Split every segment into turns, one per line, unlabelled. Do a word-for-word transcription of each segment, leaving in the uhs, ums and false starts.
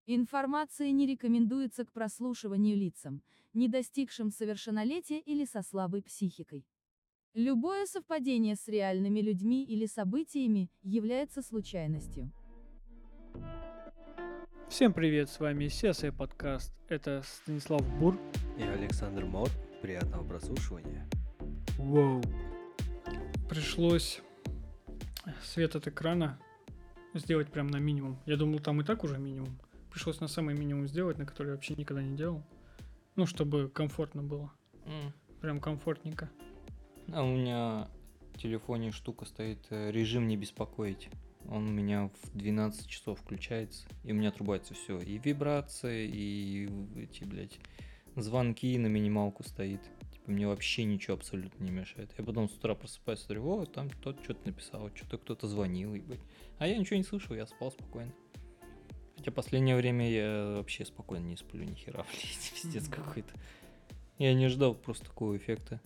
Информация не рекомендуется к прослушиванию лицам, не достигшим совершеннолетия или со слабой психикой. Любое совпадение с реальными людьми или событиями является случайностью.
Всем привет, с вами си эс эй подкаст. Это Станислав Бур
и Александр Мор. Приятного прослушивания.
Воу. Пришлось свет от экрана сделать прям на минимум. Я думал, там и так уже минимум. Пришлось на самый минимум сделать, на который я вообще никогда не делал. Ну, чтобы комфортно было.
Mm.
Прям комфортненько.
А у меня в телефоне штука стоит режим не беспокоить. Он у меня в двенадцать часов включается, и у меня отрубается все. И вибрации, и эти, блядь, звонки на минималку стоит. Типа мне вообще ничего абсолютно не мешает. Я потом с утра просыпаюсь, смотрю, о, там тот что-то написал, что-то кто-то звонил, ебать. А я ничего не слышал, я спал спокойно. Хотя последнее время я вообще спокойно не сплю, ни хера, блядь, пиздец какой-то. Я не ждал просто такого эффекта.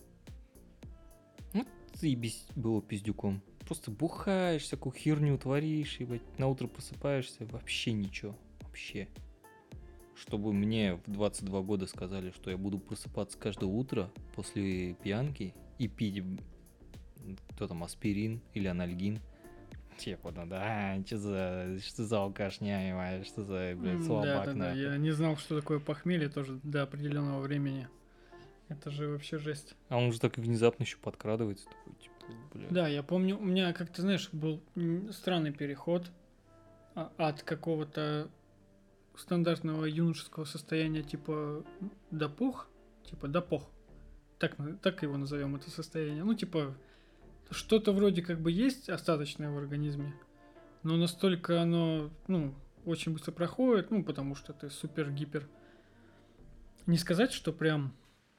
Ну, ты без... было пиздюком. Просто бухаешь, всякую херню творишь, ебать, на утро просыпаешься, вообще ничего, вообще. Чтобы мне в двадцать два года сказали, что я буду просыпаться каждое утро после пьянки и пить, кто там, аспирин или анальгин. Типа, ну да, что за, что за алкашня, что за, блядь, слабак.
Да, да, да, я не знал, что такое похмелье тоже до определенного времени. Это же вообще жесть.
А он же так и внезапно еще подкрадывается, такой, типа, блядь.
Да, я помню, у меня, как ты знаешь, был странный переход от какого-то стандартного юношеского состояния типа допух, типа допох, так, так его назовем, это состояние. Ну, типа, что-то вроде как бы есть остаточное в организме, но настолько оно, ну, очень быстро проходит, ну, потому что ты супер-гипер. Не сказать, что прям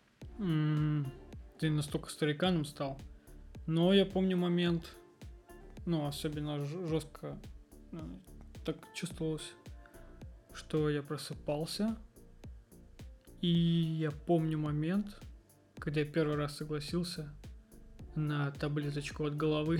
м- ты настолько стариканом стал, но я помню момент, ну, особенно жестко ну, так чувствовалось, что я просыпался, и я помню момент, когда я первый раз согласился на таблеточку от головы.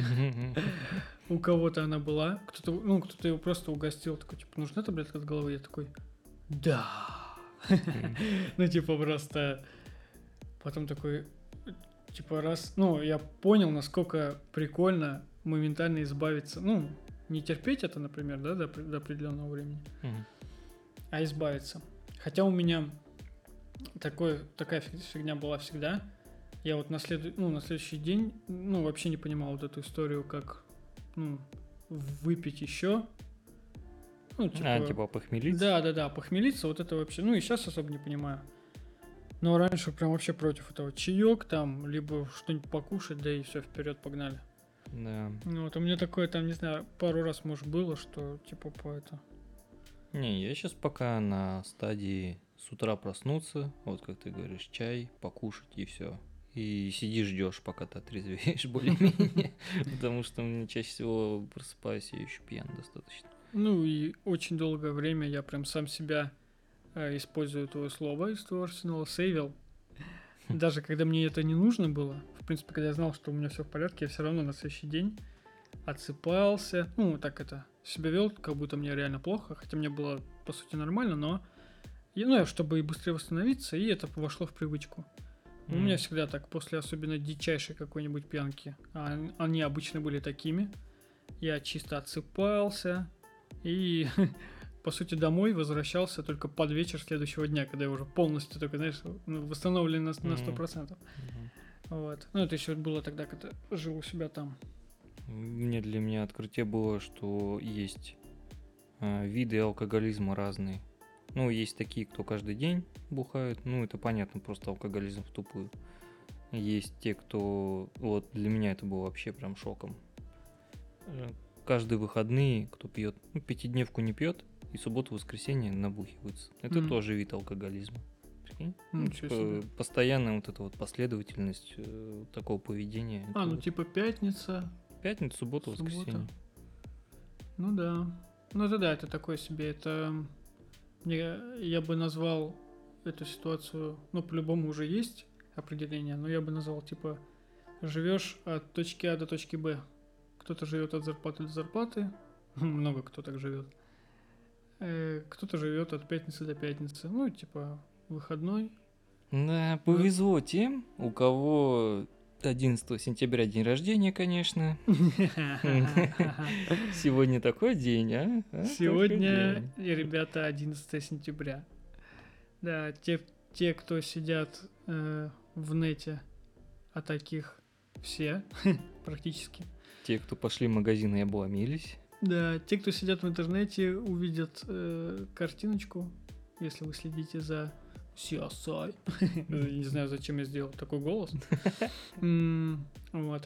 У кого-то она была, кто-то, ну, кто-то его просто угостил, такой, типа, нужна таблетка от головы? Я такой, да. Ну, типа, просто потом такой, типа, раз, ну, я понял, насколько прикольно моментально избавиться, ну, не терпеть это, например, да, до, до определенного времени, mm-hmm. а избавиться. Хотя у меня такой, такая фигня была всегда. Я вот на, след... ну, на следующий день ну, вообще не понимал вот эту историю, как ну, выпить еще.
Ну, типа... А, типа похмелиться?
Да, да, да, похмелиться, вот это вообще, ну и сейчас особо не понимаю. Но раньше прям вообще против этого. Чаек там, либо что-нибудь покушать, да и все, вперед погнали.
Да.
Ну вот у меня такое там, не знаю, пару раз, может, было, что типа по это...
Не, я сейчас пока на стадии с утра проснуться, вот как ты говоришь, чай, покушать и все. И сидишь, ждешь, пока ты отрезвеешь более-менее, потому что мне чаще всего просыпаюсь я еще пьян достаточно.
Ну и очень долгое время я прям сам себя э, использую твое слово из твоего арсенала, сейвил. Даже когда мне это не нужно было, в принципе, когда я знал, что у меня все в порядке, я все равно на следующий день отсыпался, ну так это, себя вел, как будто мне реально плохо, хотя мне было по сути нормально, но и, ну, чтобы и быстрее восстановиться, и это вошло в привычку. Mm. У меня всегда так, после особенно дичайшей какой-нибудь пьянки, а они обычно были такими, я чисто отсыпался и, по сути, домой возвращался только под вечер следующего дня, когда я уже полностью, только, знаешь, восстановлен на, на сто процентов. Mm-hmm. Вот. Ну, это еще было тогда, когда жил у себя там.
Мне для меня открытие было, что есть э, виды алкоголизма разные. Ну, есть такие, кто каждый день бухают. Ну, это понятно, просто алкоголизм в тупую. Есть те, кто... Вот для меня это было вообще прям шоком. Каждые выходные, кто пьет, ну, пятидневку не пьет, и субботу-воскресенье набухивается. Это mm-hmm. тоже вид алкоголизма. Прикинь? Ну, типа, постоянная вот эта вот последовательность э, такого поведения.
А, ну
вот...
типа пятница.
Пятница, суббота, суббота, воскресенье.
Ну да. Ну это да, это такое себе, это... Я, я бы назвал эту ситуацию, ну, по-любому уже есть определение, но я бы назвал, типа, живешь от точки А до точки Б. Кто-то живет от зарплаты до зарплаты, много кто так живет. Э, кто-то живет от пятницы до пятницы. Ну, типа, выходной.
Да, повезло тем, у кого одиннадцатого сентября день рождения, конечно. Сегодня такой день, а? А,
Сегодня,
такой
и, ребята, одиннадцатого сентября. Да, те, те кто сидят э, в нете, а таких все, практически.
день. Те, кто пошли в магазин и обломились.
Да, те, кто сидят в интернете, увидят э, картиночку, если вы следите за си эс ай. Не знаю, зачем я сделал такой голос. М, Вот.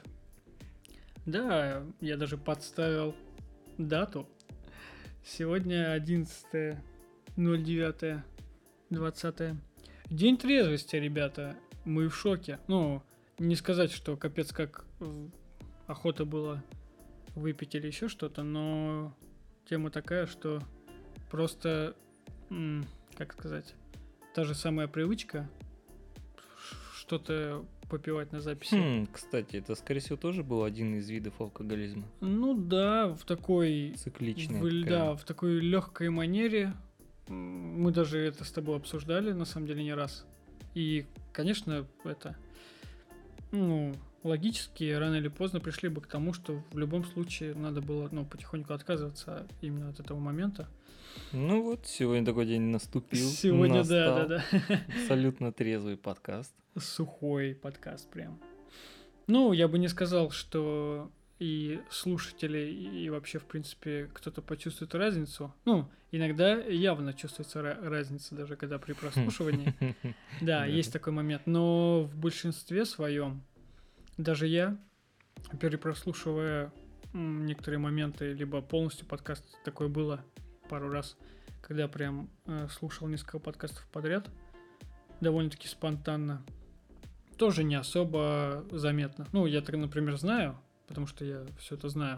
Да, я даже подставил дату. Сегодня одиннадцатое ноль девятое двадцатое. День трезвости, ребята. Мы в шоке. Ну, не сказать, что капец как э, охота была выпить или еще что-то, но тема такая, что просто, м, как сказать, та же самая привычка ш- что-то попивать на записи.
Хм, кстати, это, скорее всего, тоже был один из видов алкоголизма.
Ну да, в такой,
Цикличная
в,
такая.
да, в такой легкой манере. М, Мы даже это с тобой обсуждали, на самом деле, не раз. И, конечно, это, ну, логически, рано или поздно пришли бы к тому, что в любом случае надо было, ну, потихоньку отказываться именно от этого момента.
Ну вот, сегодня такой день наступил.
Сегодня, да,
настал.
да, да.
Абсолютно трезвый подкаст.
Сухой подкаст прям. Ну, я бы не сказал, что и слушатели, и вообще, в принципе, кто-то почувствует разницу. Ну, иногда явно чувствуется ra- разница, даже когда при прослушивании. Да,
Да.
есть такой момент. Но в большинстве своем, даже я, перепрослушивая м, некоторые моменты, либо полностью подкаст, такое было пару раз, когда прям э, слушал несколько подкастов подряд, довольно-таки спонтанно, тоже не особо заметно. Ну, я так, например, знаю, потому что я все это знаю.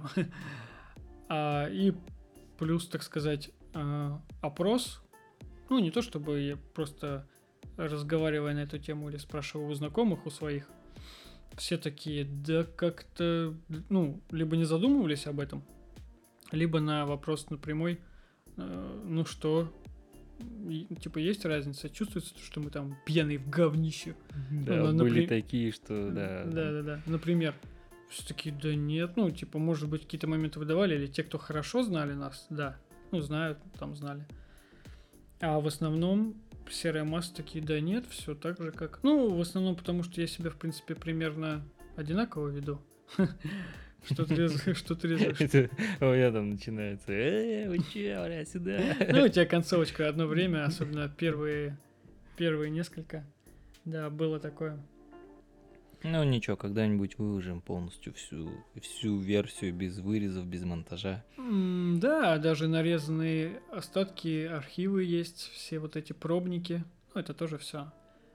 А, и плюс, так сказать, а, опрос. Ну, не то чтобы я просто разговаривая на эту тему или спрашивая у знакомых, у своих, все такие, да как-то, ну, либо не задумывались об этом, либо на вопрос напрямую, э, ну что, и, типа, есть разница? Чувствуется, что мы там пьяные в говнище?
Да,
ну,
были
напри-
такие, что, да.
Да,
там,
да, да. Например, все такие, да нет, ну, типа, может быть, какие-то моменты выдавали, или те, кто хорошо знали нас, да, ну, знают, там знали. А в основном серая масса такие, да нет, все так же, как... Ну, в основном потому, что я себя, в принципе, примерно одинаково веду. Что трезвый, что трезвый.
Это у меня там начинается. Эй, вы че, бля, сюда.
Ну, у тебя концовочка одно время, особенно первые, первые несколько. Да, было такое.
Ну ничего, когда-нибудь выложим полностью всю, всю версию без вырезов, без монтажа.
М, Да, даже нарезанные остатки, архивы есть, все вот эти пробники. Ну, это тоже все.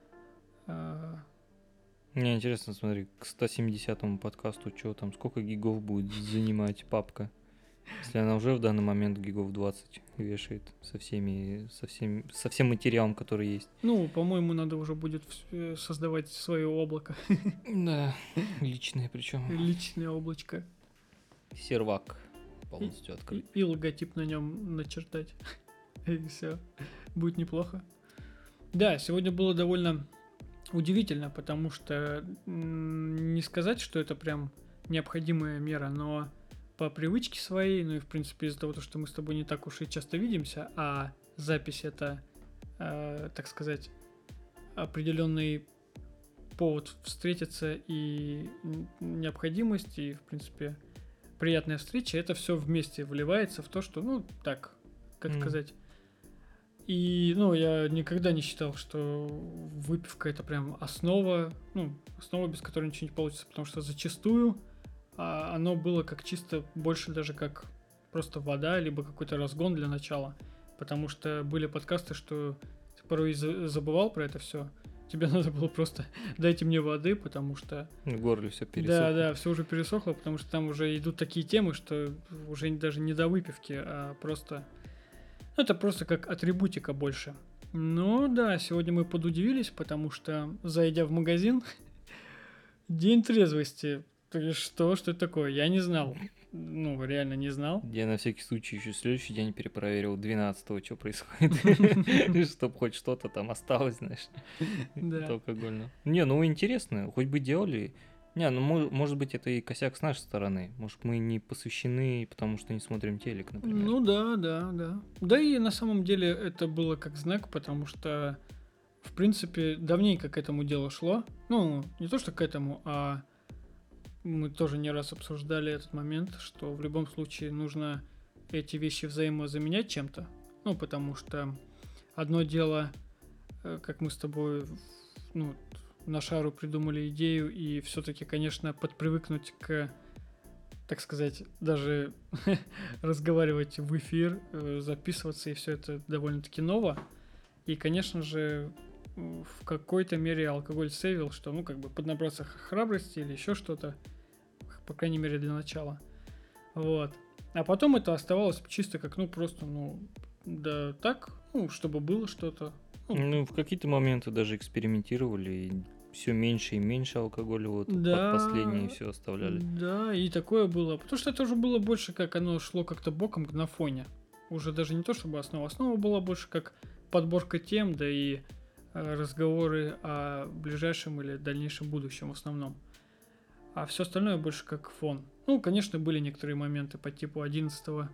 Мне интересно, смотри, к сто семидесятому подкасту, что там, сколько гигов будет занимать папка? Если она уже в данный момент гигов двадцать вешает со всеми, со всеми, со всем материалом, который есть.
Ну, по-моему, надо уже будет вс- э, создавать свое облако.
Да, личное причем.
Личное облачко.
Сервак полностью
И,
открыт.
и логотип на нем начертать. И все. Будет неплохо. Да, сегодня было довольно удивительно, потому что м, не сказать, что это прям необходимая мера, но по привычке своей, ну и в принципе из-за того, что мы с тобой не так уж и часто видимся, а запись это, э, так сказать, определенный повод встретиться и н- необходимость, и в принципе приятная встреча, это все вместе вливается в то, что, ну, так, как
Мгм.
сказать. И, ну, я никогда не считал, что выпивка это прям основа, ну, основа, без которой ничего не получится, потому что зачастую а, оно было как чисто, больше даже как просто вода, либо какой-то разгон для начала, потому что были подкасты, что ты порой и за- забывал про это все, тебе надо было просто дайте мне воды, потому что
В горле все пересохло.
да, да, все уже пересохло, потому что там уже идут такие темы, что уже даже не до выпивки, а просто... Ну, это просто как атрибутика больше. Ну да, сегодня мы подудивились, потому что, зайдя в магазин, день трезвости. Ты что? Что это такое? Я не знал. ну, реально не знал.
Я на всякий случай еще следующий день перепроверил двенадцатого, что происходит, чтобы хоть что-то там осталось, знаешь,
Да.
от алкогольного. Не, ну интересно, хоть бы делали. Не, ну мо- может быть это и косяк с нашей стороны. Может мы не посвящены, потому что не смотрим телек, например.
Ну да, да, да. Да и на самом деле это было как знак, потому что, в принципе, давненько к этому делу шло. Ну, не то что к этому, а мы тоже не раз обсуждали этот момент, что в любом случае нужно эти вещи взаимозаменять чем-то. Ну, потому что одно дело, э, как мы с тобой, ну, на шару придумали идею, и все-таки, конечно, подпривыкнуть к, так сказать, даже разговаривать в эфир, э, записываться, и все это довольно-таки ново. И, конечно же, в какой-то мере алкоголь сейвил, что, ну, как бы поднабраться храбрости или еще что-то, по крайней мере, для начала. Вот. А потом это оставалось чисто как, ну, просто, ну, да так, ну, чтобы было что-то.
Ну, в какие-то моменты даже экспериментировали, и все меньше и меньше алкоголя, вот
Да.
под последние все оставляли.
Да, и такое было. Потому что это уже было больше, как оно шло как-то боком на фоне. Уже даже не то, чтобы основа. Основа была больше как подборка тем, да и э, разговоры о ближайшем или дальнейшем будущем в основном. А все остальное больше как фон. Ну, конечно, были некоторые моменты по типу одиннадцатого.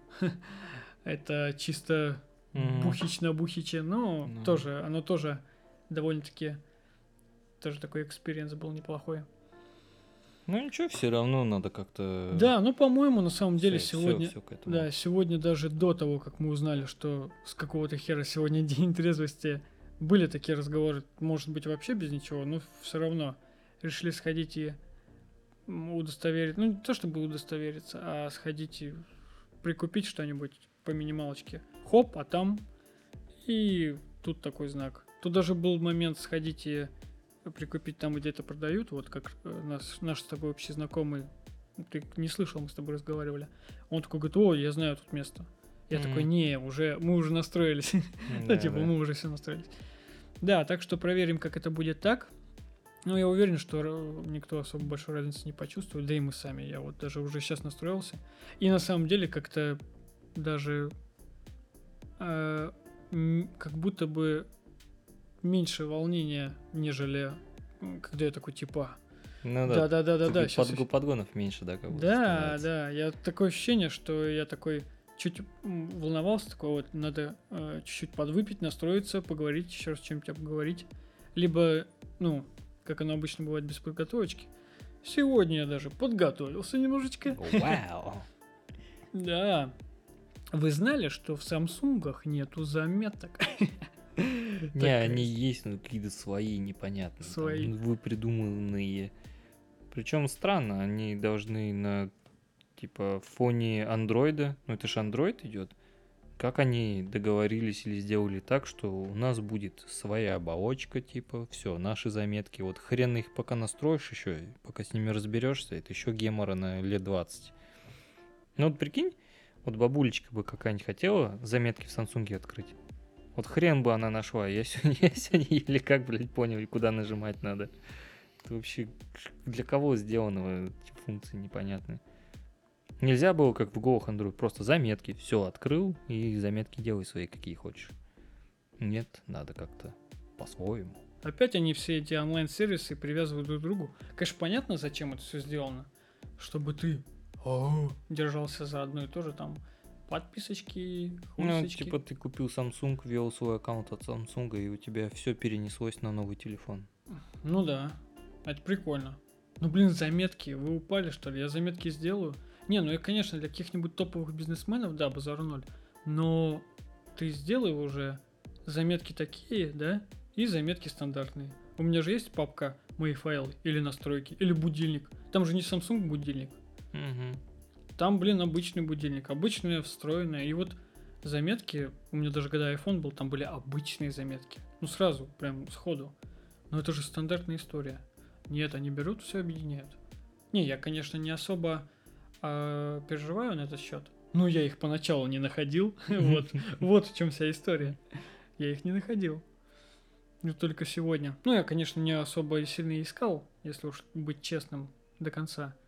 Это чисто
Мгм.
бухич на бухиче, но
Ну.
тоже, оно тоже довольно-таки, тоже такой экспириенс был неплохой.
Ну ничего, все равно надо как-то...
Да, ну, по-моему, на самом деле
всё-
сегодня...
всё- всё к этому.
Да, сегодня даже до того, как мы узнали, что с какого-то хера сегодня день трезвости, были такие разговоры, может быть, вообще без ничего, но все равно решили сходить и м, удостоверить, ну, не то чтобы удостовериться, а сходить и прикупить что-нибудь по минималочке. Хоп, а там и тут такой знак. Тут даже был момент сходить и прикупить там, где это продают, вот как э, наш, наш с тобой общий знакомый, ты не слышал, мы с тобой разговаривали. Он такой говорит, о, я знаю тут место. Я
Мгм.
такой, не, уже, мы уже настроились. Ну,
Да,
типа,
да.
мы уже все настроились. Да, так что проверим, как это будет так. Ну, я уверен, что р- никто особо большой разницы не почувствует, да и мы сами. Я вот даже уже сейчас настроился. И на самом деле как-то даже э, м, как будто бы меньше волнения, нежели м, когда я такой, типа,
Ну
да, да, да, да,
Тут
да,
и
сейчас.
подго- подгонов меньше, да, как будто
Да,
становится.
да, я такое ощущение, что я такой чуть м, волновался, такой вот, надо э, чуть-чуть подвыпить, настроиться, поговорить, еще раз чем-нибудь поговорить. Либо, ну, как оно обычно бывает без подготовочки. Сегодня я даже подготовился немножечко.
Вау.
Да. Вы знали, что в Самсунгах нету заметок?
Не,
Такая
они
история.
есть, но какие-то свои непонятные. там,
Свои.
ну, Вы придуманные. Причем странно, они должны на типа фоне андроида, ну это же андроид идет. Как они договорились или сделали так, что у нас будет своя оболочка, типа, все, наши заметки. Вот хрен их пока настроишь еще, пока с ними разберешься, это еще гемора на лет двадцать. Ну вот прикинь, вот бабулечка бы какая-нибудь хотела заметки в Самсунге открыть. Вот хрен бы она нашла. Я сегодня, я сегодня еле как, блядь, понял, куда нажимать надо. Это вообще для кого сделаны эти функции непонятные. Нельзя было, как в Go Android, просто заметки. Все, открыл, и заметки делай свои, какие хочешь. Нет, надо как-то по-своему.
Опять они все эти онлайн-сервисы привязывают друг к другу. Конечно, понятно, зачем это все сделано. Чтобы ты о, держался за одно и то же, там, подписочки,
Ну,
хуйсочки.
типа ты купил Samsung, ввел свой аккаунт от Samsung, и у тебя все перенеслось на новый телефон.
Ну да, это прикольно. Ну, блин, заметки, вы упали, что ли? Я заметки сделаю. Не, ну и, конечно, для каких-нибудь топовых бизнесменов, да, базару ноль. Но ты сделай уже заметки такие, да, и заметки стандартные. У меня же есть папка «Мои файлы» или настройки, или будильник. Там же не Samsung будильник.
Угу.
Там, блин, обычный будильник, обычная встроенная. И вот заметки, у меня даже когда iPhone был, там были обычные заметки. Ну, сразу, прям сходу. Но это же стандартная история. Нет, они берут, все объединяют. Не, я, конечно, не особо а, переживаю на этот счет. Ну, я их поначалу не находил. Вот, вот в чем вся история. Я их не находил. Ну, только сегодня. Ну, я, конечно, не особо сильно искал, если уж быть честным до конца.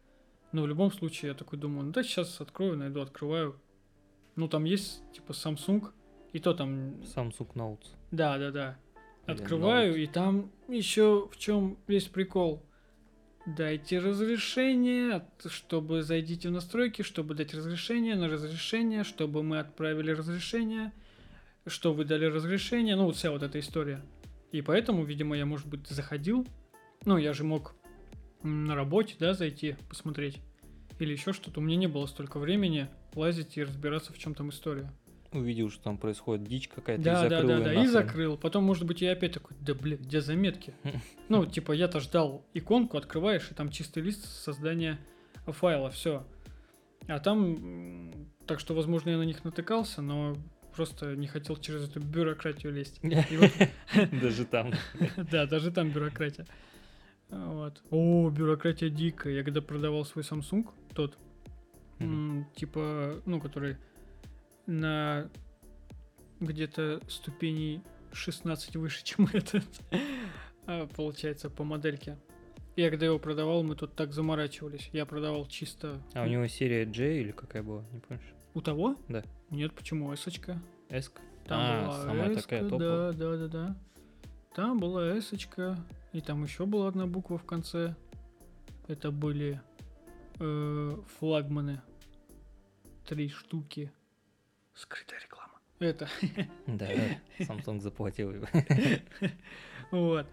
Но в любом случае я такой думаю, ну да, сейчас открою, найду, открываю. Ну там есть типа Samsung, и то там...
Samsung Note.
Да, да, да.
Или
Открываю,
Note.
и там еще в чем весь прикол. Дайте разрешение, от- чтобы зайдите в настройки, чтобы дать разрешение на разрешение, чтобы мы отправили разрешение, что вы дали разрешение, ну вот вся вот эта история. И поэтому, видимо, я, может быть, заходил, ну я же мог м, на работе, да, зайти, посмотреть, или еще что-то. У меня не было столько времени лазить и разбираться в чем там история.
Увидел, что там происходит дичь какая-то,
Да,
и
да,
закрыл
да,
её
да, и
нахрен.
закрыл. Потом, может быть, я опять такой, да, блин, где заметки? Ну, типа, я-то ждал иконку, открываешь, и там чистый лист создания файла, все. А там, м, так что, возможно, я на них натыкался, но просто не хотел через эту бюрократию лезть. И вот,
Даже там.
да, даже там бюрократия. Вот. О, бюрократия дикая. Я когда продавал свой Samsung, тот, м, типа, ну, который на где-то ступеней шестнадцать выше, чем этот, а, получается, по модельке. Я когда его продавал, мы тут так заморачивались. Я продавал чисто...
А у него серия J или какая была, не помнишь?
У того?
Да.
Нет, почему эсочка?
S?
Там
А,
была
самая
эска,
такая
да,
топовая.
да, да, да. Там была эсочка, и там еще была одна буква в конце. Это были э, флагманы. Три штуки. Скрытая реклама. Это.
Да, Samsung заплатил его.
Вот.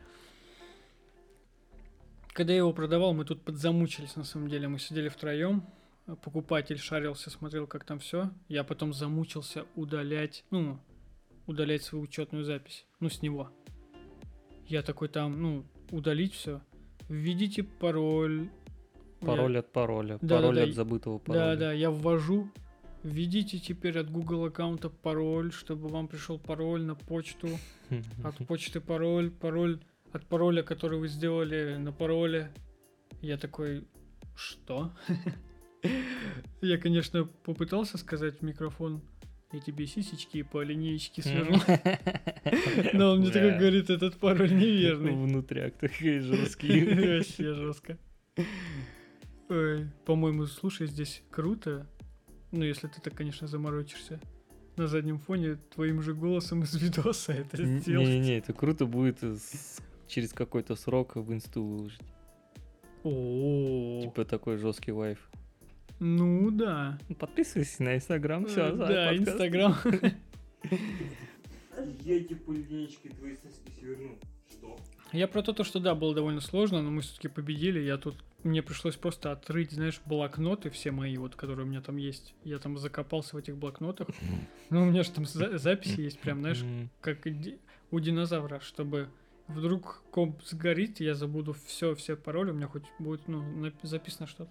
Когда я его продавал, мы тут подзамучились, на самом деле. Мы сидели втроем. Покупатель шарился, смотрел, как там все. Я потом замучился удалять, ну, удалять свою учетную запись. Ну, с него. Я такой там, ну, удалить все. Введите пароль.
Пароль
Я-
от пароля,
Да, да,
пароль
да,
от забытого пароля.
Да, да, я ввожу. Введите теперь от Google аккаунта пароль, чтобы вам пришел пароль на почту. От почты пароль, пароль от пароля, который вы сделали на пароле. Я такой, что? Я, конечно, попытался сказать в микрофон, я тебе сисечки по линеечке свяжу. Но он мне такой
Да.
говорит, этот пароль неверный.
Внутряк такой жесткий.
Вообще жестко. Ой, по-моему, слушай, здесь круто. Ну, если ты так, конечно, заморочишься. На заднем фоне твоим же голосом из видоса это сделать.
Не-не-не, это круто будет с- через какой-то срок в инсту выложить.
О,
Типа такой жесткий лайф.
ну да.
Ну, подписывайся на инстаграм, все.
Э, Да, Инстаграм.
Я эти полинеечки твои соски сверну. Что?
Я про то, то, что да, было довольно сложно, но мы все-таки победили. Я тут, мне пришлось просто отрыть, знаешь, блокноты все мои, вот, которые у меня там есть. Я там закопался в этих блокнотах. Ну, у меня же там за- записи есть, прям, знаешь, как и ди- у динозавра, чтобы вдруг комп сгорит, я забуду все, все пароли, у меня хоть будет, ну, нап- записано что-то.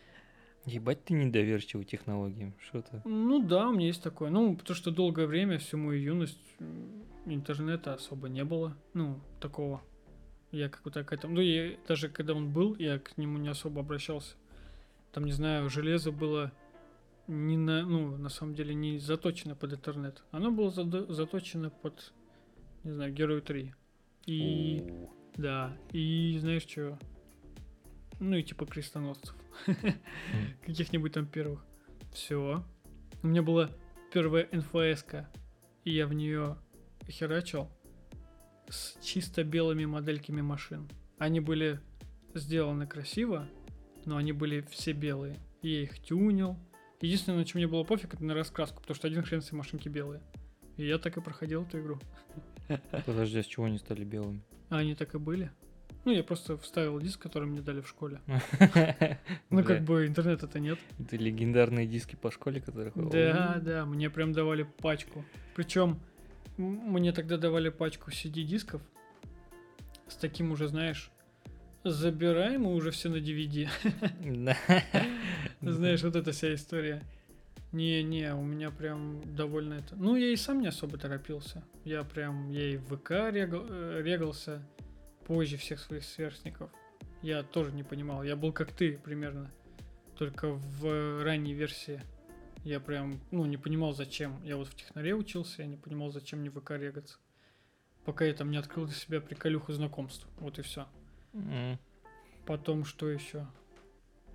Ебать ты недоверчивый технологиям. Что то
Ну да, у меня есть такое. Ну, потому что долгое время, всю мою юность, м, интернета особо не было. Ну, такого. Я как-то к этому... Ну, и даже когда он был, я к нему не особо обращался. Там, не знаю, железо было не на... Ну, на самом деле, не заточено под интернет. Оно было задо- заточено под, не знаю, Герой три. И... Да. И знаешь что? Ну, и типа крестоносцев. Каких-нибудь там первых. Все. У меня была первая эн эф эс-ка, и я в нее херачил с чисто белыми модельками машин. Они были сделаны красиво, но они были все белые. И я их тюнил. Единственное, на чем мне было пофиг, это на раскраску, потому что один хрен все машинки белые. И я так и проходил эту игру.
Подожди, а с чего они стали белыми?
А они так и были. Ну, я просто вставил диск, который мне дали в школе. Ну,
Бля,
как бы интернета-то нет.
это легендарные диски по школе, которых...
Да, да, мне прям давали пачку. Причем мне тогда давали пачку си ди-дисков с таким уже, знаешь, забираем мы уже все на ди ви ди.
Да.
Знаешь, вот эта вся история. Не-не, у меня прям довольно это... Ну, я и сам не особо торопился. Я прям, я и в ВК регал- э, регался позже всех своих сверстников. Я тоже не понимал. Я был как ты примерно. Только в ранней версии. Я прям, ну, не понимал, зачем. Я вот в технаре учился, я не понимал, зачем мне в ВК регаться. Пока я там не открыл для себя приколюху знакомств. Вот и все.
М.
Потом что еще?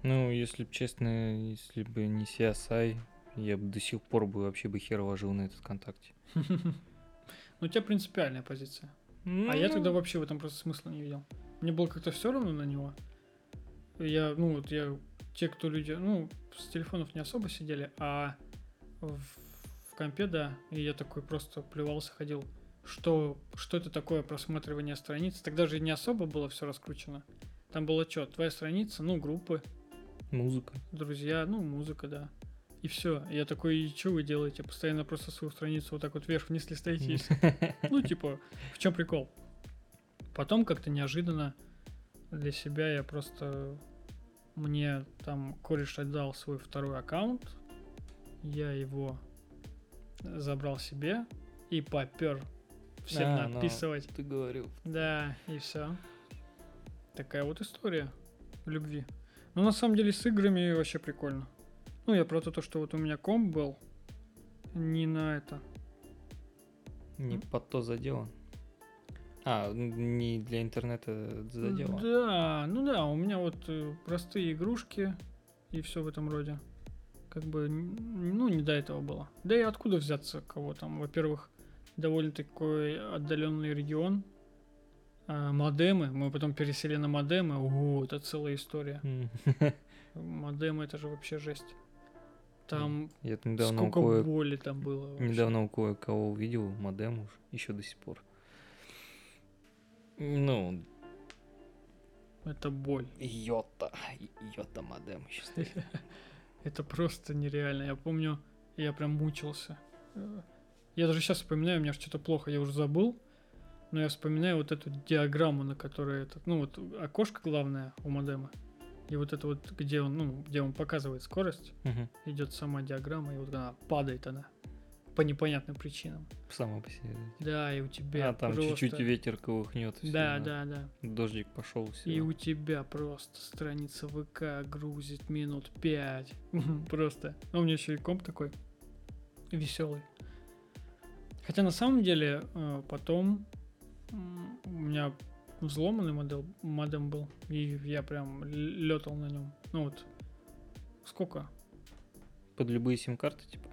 Ну, если б честно, если бы не си эс ай, я бы до сих пор бы вообще бы хер вложил на этот ВКонтакте.
Ну, у тебя принципиальная позиция. А я тогда вообще в этом просто смысла не видел. Мне было как-то все равно на него. Я, ну, вот я, те, кто люди, ну, с телефонов не особо сидели, а в, в компе, да, и я такой просто плевался, ходил. Что, что это такое просматривание страниц? Тогда же не особо было все раскручено. Там было что, твоя страница, ну, группы,
Музыка.
друзья, ну, музыка, да. И все. Я такой, и что вы делаете? Постоянно просто свою страницу вот так вот вверх-вниз листаете. и всё. Ну, типа, в чем прикол? Потом как-то неожиданно для себя я просто... Мне там кореш отдал свой второй аккаунт. Я его забрал себе и попер всем
А, ну,
написывать.
Ты говорил.
Да, и все. Такая вот история любви. Но на самом деле с играми вообще прикольно. Ну, я про то, что вот у меня комп был не на это.
Не
М?
под то заделан. А, н- не для интернета заделан.
Да, ну да, у меня вот э, простые игрушки и все в этом роде. Как бы, н- ну, не до этого было. Да и откуда взяться кого там? Во-первых, довольно такой отдаленный регион. А, модемы. Мы потом пересели на модемы. О, это целая история.
М.
Модемы это же вообще жесть. Там
Я тут недавно у
сколько
кое-
боли там было. вообще.
недавно у кое-кого увидел модем уж, еще до сих пор. Ну,
Это боль.
йота, йота модем еще стоит.
Это просто нереально. Я помню, я прям мучился. Э, Я даже сейчас вспоминаю, у меня что-то плохо, я уже забыл. Но я вспоминаю вот эту диаграмму, на которой этот, ну вот окошко главное у модема. И вот это вот, где он, ну, где он показывает скорость,
Мгм.
идет сама диаграмма, и вот она падает она по непонятным причинам.
Сама по себе.
Да, и у тебя
А, там
просто...
чуть-чуть ветер колыхнет. и всё,
Да, да, да.
Дождик пошел, все.
И у тебя просто страница ВК грузит минут пять. Просто. Ну, у меня еще и комп такой веселый. Хотя на самом деле э, потом м, у меня взломанный модел, модем был. И я прям летал на нем. Ну вот. Сколько?
Под любые сим-карты, типа.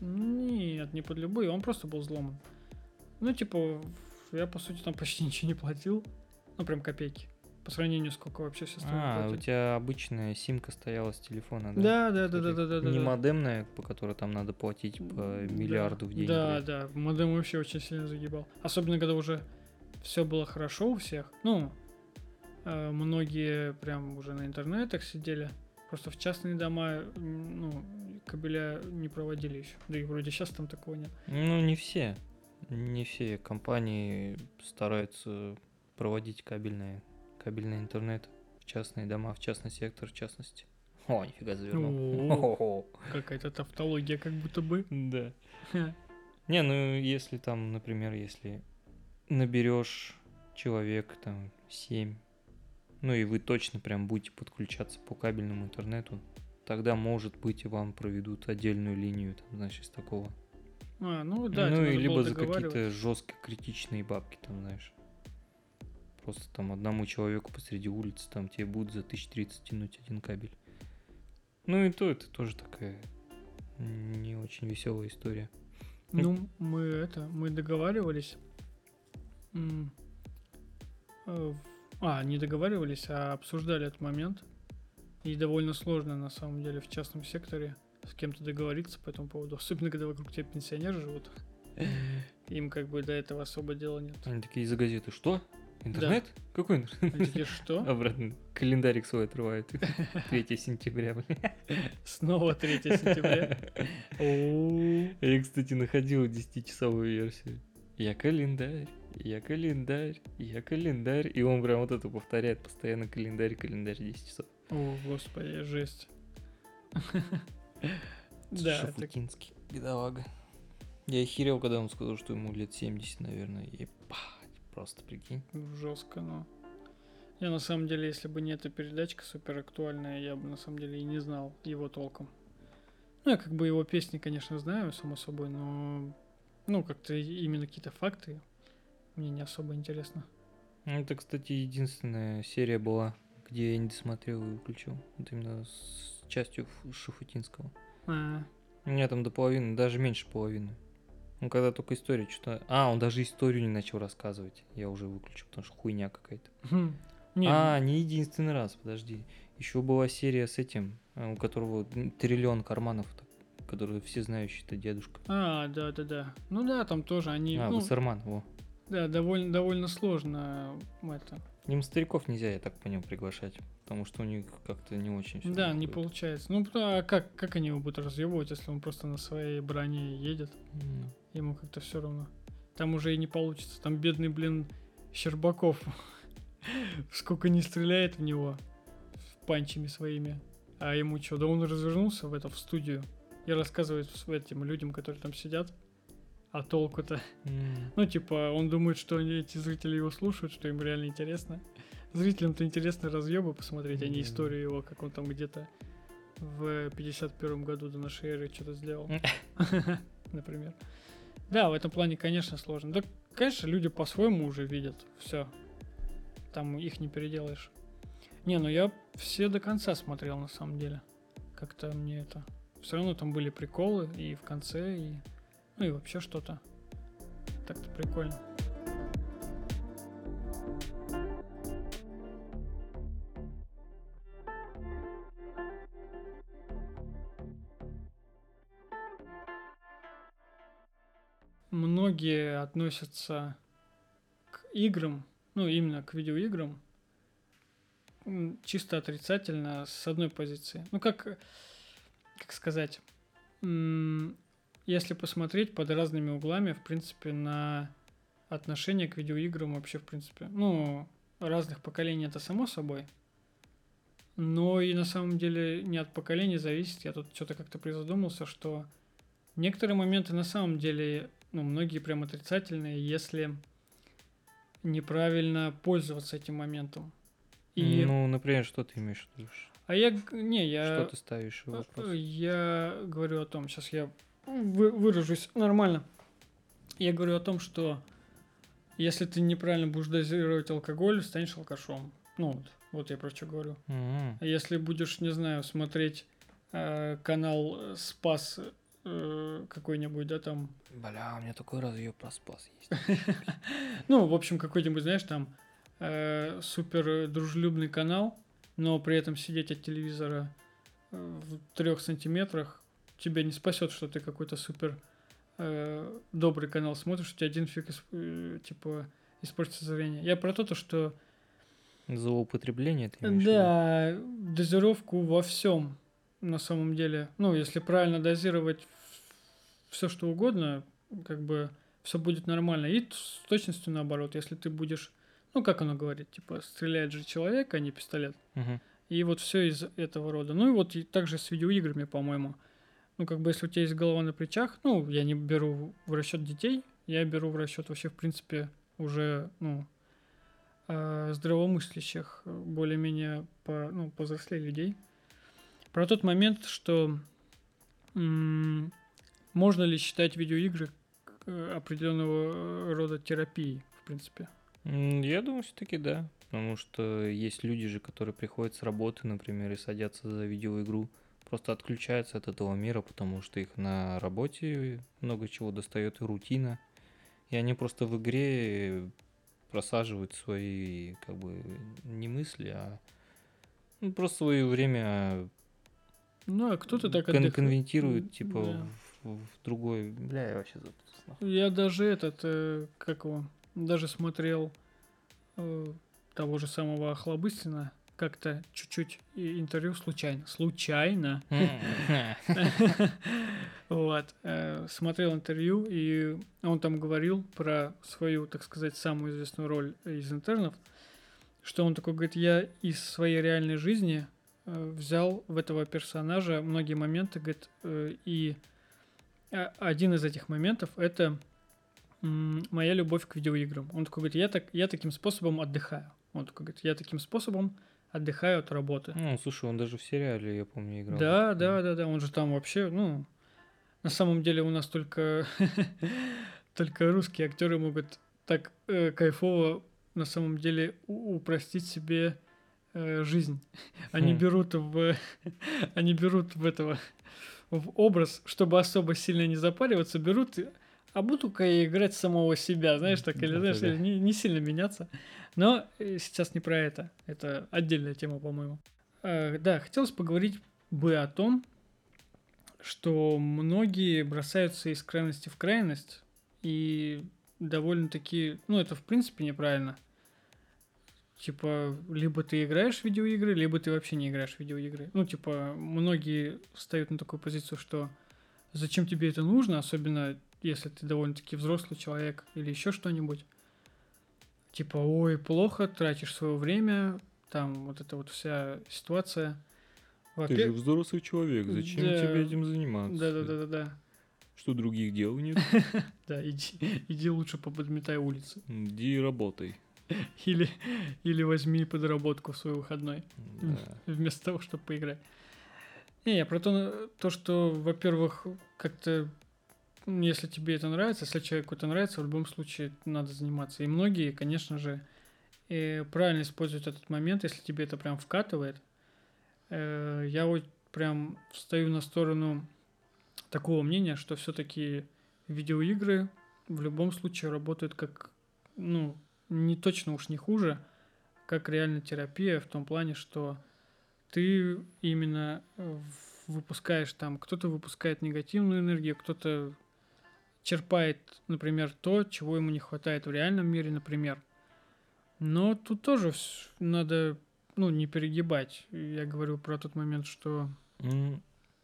Нет, не под любые, он просто был взломан. Ну, типа, я по сути там почти ничего не платил. Ну, прям копейки. По сравнению, сколько вообще все остальные
А, у
платили.
тебя обычная симка стояла с телефона, да?
Да, да, да, да,
Таких-
да, да, да.
Не
да.
модемная, по которой там надо платить по
Да,
миллиарду в день.
Да,
блядь.
да, модем вообще очень сильно загибал. Особенно, когда уже все было хорошо у всех. Ну, э, многие прям уже на интернетах сидели. Просто в частные дома, м, ну, кабеля не проводили еще. Да и вроде сейчас там такого нет.
Ну, не все. Не все компании стараются проводить кабельный, кабельный интернет в частные дома, в частный сектор, в частности. О, нифига завернул.
О.
Хо-хо-хо.
Какая-то тавтология как будто бы.
Да.
Ха.
Не, ну если там, например, если наберешь человек там семь, ну и вы точно прям будете подключаться по кабельному интернету, тогда, может быть, и вам проведут отдельную линию, там, знаешь, из такого.
А, ну да,
ну
это
и
надо
либо
было
за
договаривать.
какие-то жестко критичные бабки, там, знаешь. Просто там одному человеку посреди улицы там тебе будут за тысяч тридцать тянуть один кабель. Ну и то это тоже такая не очень веселая история.
Ну, мы это, мы договаривались. М, э, в- А, не договаривались, а обсуждали этот момент. И довольно сложно, на самом деле, в частном секторе с кем-то договориться по этому поводу. Особенно, когда вокруг тебя пенсионеры живут. Им как бы до этого особо дела нет.
Они такие из-за газеты: что? Интернет? Какой интернет?
Они такие, что?
Обратно календарик свой отрывают. третьего сентября, бля.
Снова третьего сентября. О,
Я, кстати, находил десятичасовую версию. Я календарь, я календарь, я календарь. И он прям вот это повторяет постоянно: календарь, календарь, десять часов.
О, господи, жесть. Да, так
Шафутинский, бедолага. Я охерел, когда он сказал, что ему лет семьдесят, наверное. Ебать, просто прикинь.
жестко, но... Я на самом деле, если бы не эта передачка супер актуальная, я бы на самом деле и не знал его толком. Ну, я как бы его песни, конечно, знаю, само собой, но... Ну, как-то именно какие-то факты мне не особо интересно.
Ну, это, кстати, единственная серия была, где я не досмотрел и выключил. Вот именно с частью Ф- Шуфутинского.
А,
У меня там до половины, даже меньше половины. Ну, когда только историю что-то... А, он даже историю не начал рассказывать. Я уже выключил, потому что хуйня какая-то.
хм. Не,
А, не единственный раз, подожди. Еще была серия с этим, э, у которого м, триллион карманов, так, который все знающий, это дедушка.
а, да, да, да. Ну да, там тоже они,
А,
ну,
Вассерман, во.
да, довольно, довольно сложно м, это.
Им стариков нельзя, я так понял, приглашать, потому что у них как-то не очень все.
Да, не получается. Ну, потому- а как, как они его будут разъебывать, если он просто на своей броне едет? Ему как-то все равно. Там уже и не получится. Там бедный, блин, Щербаков. Сколько не стреляет в него панчами своими. А ему что, да он развернулся в это, в студию и рассказывает с- этим людям, которые там сидят. А толку-то? Ну, типа, он думает, что они, эти зрители его слушают, что им реально интересно. Зрителям-то интересно разъебы посмотреть, а не
Да.
историю его, как он там где-то в пятьдесят первом году до нашей эры что-то сделал. Например. Да, в этом плане, конечно, сложно. Да, конечно, люди по-своему уже видят все. Там их не переделаешь. Не, ну я все до конца смотрел, на самом деле. Как-то мне это... Все равно там были приколы и в конце, и... Ну и вообще что-то. Так-то прикольно. Многие относятся к играм, ну именно к видеоиграм, м, чисто отрицательно с одной позиции. Ну как, как сказать, м, если посмотреть под разными углами, в принципе, на отношение к видеоиграм вообще, в принципе, ну, разных поколений это само собой, но и на самом деле не от поколения зависит. Я тут что-то как-то призадумался, что некоторые моменты на самом деле, ну, многие прям отрицательные, если неправильно пользоваться этим моментом. И,
Ну, например, что ты имеешь в виду?
а я, г- не, я,
Что ты ставишь в вопрос?
я говорю о том, сейчас я вы- выражусь нормально. Я говорю о том, что если ты неправильно будешь дозировать алкоголь, станешь алкашом. Ну вот, вот я про что говорю.
М.
А если будешь, не знаю, смотреть э, канал э, Спас э, какой-нибудь, да, там,
Бля, у меня такой разъеб про спас есть.
ну, в общем, какой-нибудь, знаешь, там э, супер дружелюбный канал, но при этом сидеть от телевизора э, в трех сантиметрах тебя не спасет, что ты какой-то супер э, добрый канал смотришь, у тебя один фиг исп- э, типа испортится зрение. Я про то, то, что
Злоупотребление ты имеешь в виду?
да, дозировку во всем на самом деле. Ну, если правильно дозировать все что угодно, как бы все будет нормально. И т- с точностью наоборот, если ты будешь, ну, как оно говорит, типа, стреляет же человек, а не пистолет.
Мгм.
И вот все из этого рода. Ну и вот и также с видеоиграми, по-моему. Ну, как бы, если у тебя есть голова на плечах, ну, я не беру в расчет детей, я беру в расчет вообще, в принципе, уже, ну, э, здравомыслящих, э, более-менее по, ну, повзрослее людей. Про тот момент, что м, можно ли считать видеоигры э, определенного э, рода терапией, в принципе.
М, Я думаю, все-таки да. Потому что есть люди же, которые приходят с работы, например, и садятся за видеоигру, просто отключаются от этого мира, потому что их на работе много чего достает и рутина. И они просто в игре просаживают свои, как бы, не мысли, а ну, просто свое время
Ну, а кто-то так
кон-
отдыхает.
конвертируют, типа,
Да.
в, в другой... Бля, я вообще запутался. нахуй.
Я даже этот, э, как его, даже смотрел э, того же самого Охлобыстина, как-то чуть-чуть и- интервью случайно. Случайно. Вот. э, Смотрел интервью, и он там говорил про свою, так сказать, самую известную роль из интернов, что он такой говорит, я из своей реальной жизни э, взял в этого персонажа многие моменты, говорит, э, и а- один из этих моментов это м, моя любовь к видеоиграм. Он такой говорит, я, так, я таким способом отдыхаю. Он такой говорит, я таким способом отдыхаю от работы.
Ну, слушай, он даже в сериале, я помню, играл.
Да, да, да, да, он же там вообще, ну, на самом деле у нас только, только русские актеры могут так э, кайфово на самом деле у- упростить себе э, жизнь. Они
Хм.
берут в... Они берут в этого... В образ, чтобы особо сильно не запариваться, берут... и, А буду-ка я играть самого себя, знаешь, так, или, знаешь,
Да-да-да.
или не, не сильно меняться. Но э, сейчас не про это. Это отдельная тема, по-моему. Э, да, хотелось поговорить бы о том, что многие бросаются из крайности в крайность, и довольно-таки, ну, это в принципе неправильно. Типа, либо ты играешь в видеоигры, либо ты вообще не играешь в видеоигры. Ну, типа, многие встают на такую позицию, что зачем тебе это нужно, особенно если ты довольно-таки взрослый человек или еще что-нибудь. Типа, ой, плохо, тратишь свое время, там вот эта вот вся ситуация.
Ты же
Во-пе-
взрослый человек, зачем
Да.
тебе этим заниматься?
Да-да-да-да-да.
Что других дел нет?
Да, иди, иди лучше поподметай улицы.
Иди и работай.
Или, или возьми подработку в свой выходной,
Да.
вместо того, чтобы поиграть. Не, я про то, то, что, во-первых, как-то, м, если тебе это нравится, если человеку это нравится, в любом случае надо заниматься. И многие, конечно же, э, правильно используют этот момент, если тебе это прям вкатывает. Э, Я вот прям встаю на сторону такого мнения, что все-таки видеоигры в любом случае работают как, ну, не точно уж не хуже, как реально терапия в том плане, что ты именно э, в- выпускаешь там, кто-то выпускает негативную энергию, кто-то черпает, например, то, чего ему не хватает в реальном мире, например. Но тут тоже вс- надо, ну, не перегибать. Я говорю про тот момент, что
М,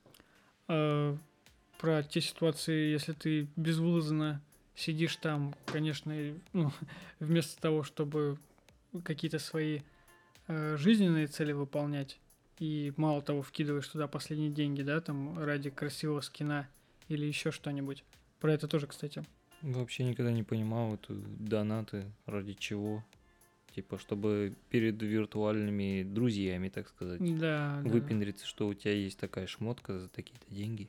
э, про те ситуации, если ты безвылазно сидишь там, конечно, и, ну, вместо того, чтобы какие-то свои э, жизненные цели выполнять, и мало того, вкидываешь туда последние деньги, да, там, ради красивого скина или еще что-нибудь. Про это тоже, кстати.
Вообще никогда не понимал эту донаты, ради чего. Типа, чтобы перед виртуальными друзьями, так сказать,
Да, да.
выпендриться, что у тебя есть такая шмотка за такие-то деньги.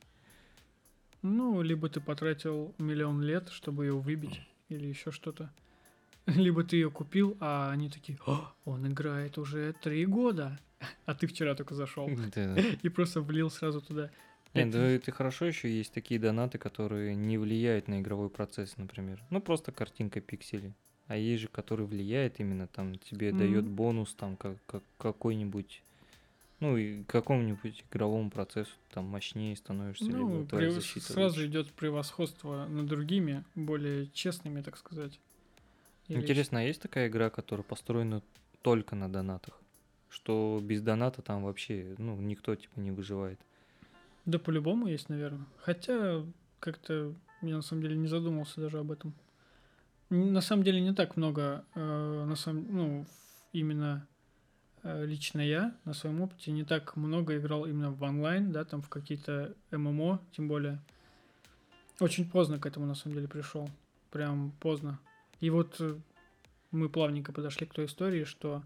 Ну, либо ты потратил миллион лет, чтобы ее выбить, или еще что-то. Либо ты ее купил, а они такие: «О, он играет уже три года, а ты вчера только зашел
Да.
и просто влил сразу туда.
Нет,
пять
да
тысяч.
это хорошо еще есть такие донаты, которые не влияют на игровой процесс, например. Ну, просто картинка пикселей. А есть же, который влияет именно там, тебе дает
Мгм.
бонус там как, как какой-нибудь, ну и к какому-нибудь игровому процессу там мощнее становишься,
Ну,
либо твоя
прев-
защита
сразу
лучше.
идет превосходство над другими, более честными, так сказать. Или
Интересно, а есть такая игра, которая построена только на донатах? Что без доната там вообще, ну, никто типа не выживает.
Да, по-любому есть, наверное. Хотя, как-то я на самом деле не задумывался даже об этом. Н- На самом деле не так много, э, на самом, ну, в- именно э, лично я на своем опыте не так много играл именно в онлайн, да, там в какие-то эм эм о, тем более. Очень поздно к этому на самом деле пришел. Прям поздно. И вот э, мы плавненько подошли к той истории, что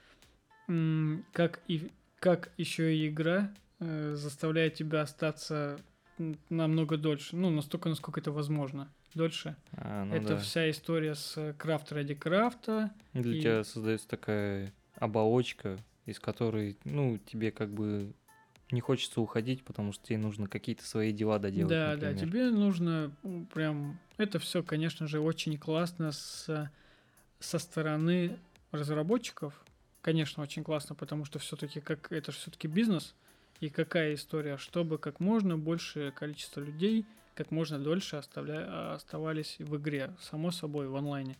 м, как и как еще и игра э, заставляет тебя остаться м, намного дольше, ну настолько, насколько это возможно, дольше.
А, ну
Это
да.
вся история с крафт ради крафта.
Для
и-
тебя создается такая оболочка, из которой, ну, тебе как бы не хочется уходить, потому что тебе нужно какие-то свои дела доделать,
Да,
например.
да, тебе нужно м, прям. Это все, конечно же, очень классно с, со стороны разработчиков. Конечно, очень классно, потому что все-таки как это же все-таки бизнес. И какая история, чтобы как можно большее количество людей как можно дольше оставля... оставались в игре, само собой, в онлайне.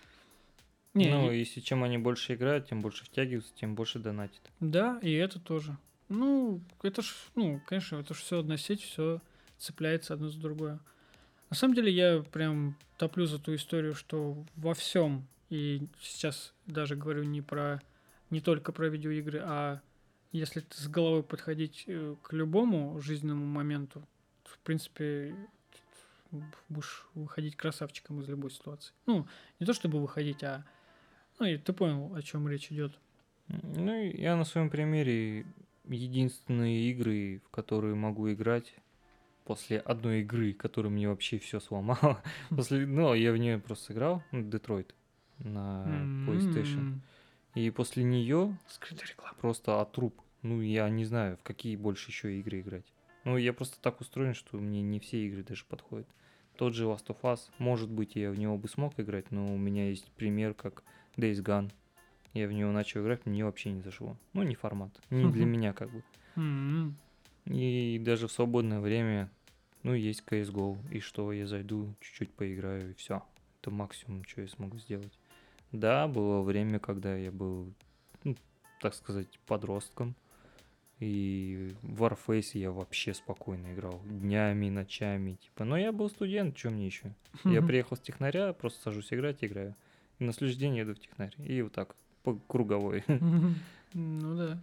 Не,
Ну,
и-
если чем они больше играют, тем больше втягиваются, тем больше донатят.
да, и это тоже. Ну, это ж, ну, конечно, это ж все одна сеть, все цепляется одно за другое. На самом деле я прям топлю за ту историю, что во всем, и сейчас даже говорю не про не только про видеоигры, а если ты с головой подходить э, к любому жизненному моменту, то, в принципе, будешь выходить красавчиком из любой ситуации. Ну, не то чтобы выходить, а ну, и ты понял, о чем речь идет.
Ну, и я на своем примере единственные игры, в которые могу играть после одной игры, которая мне вообще все сломала. После, ну, я в нее просто играл, ну, Детройт на PlayStation.
М.
И после нее
Скрытая реклама.
просто отруб. Ну, я не знаю, в какие больше еще игры играть. Ну, я просто так устроен, что мне не все игры даже подходят. Тот же Last of Us, может быть, я в него бы смог играть, но у меня есть пример, как Days Gone. Я в него начал играть, мне вообще не зашло. Ну, не формат, не для меня как бы.
М.
И даже в свободное время, ну, есть си эс го, и что, я зайду, чуть-чуть поиграю, и все. Это максимум, что я смогу сделать. Да, было время, когда я был, ну, так сказать, подростком, и в Warface я вообще спокойно играл, днями, ночами, типа. Но я был студент, что мне еще? Я приехал с технаря, просто сажусь играть, играю. И на следующий день еду в технарь. И вот так, по круговой.
Ну да.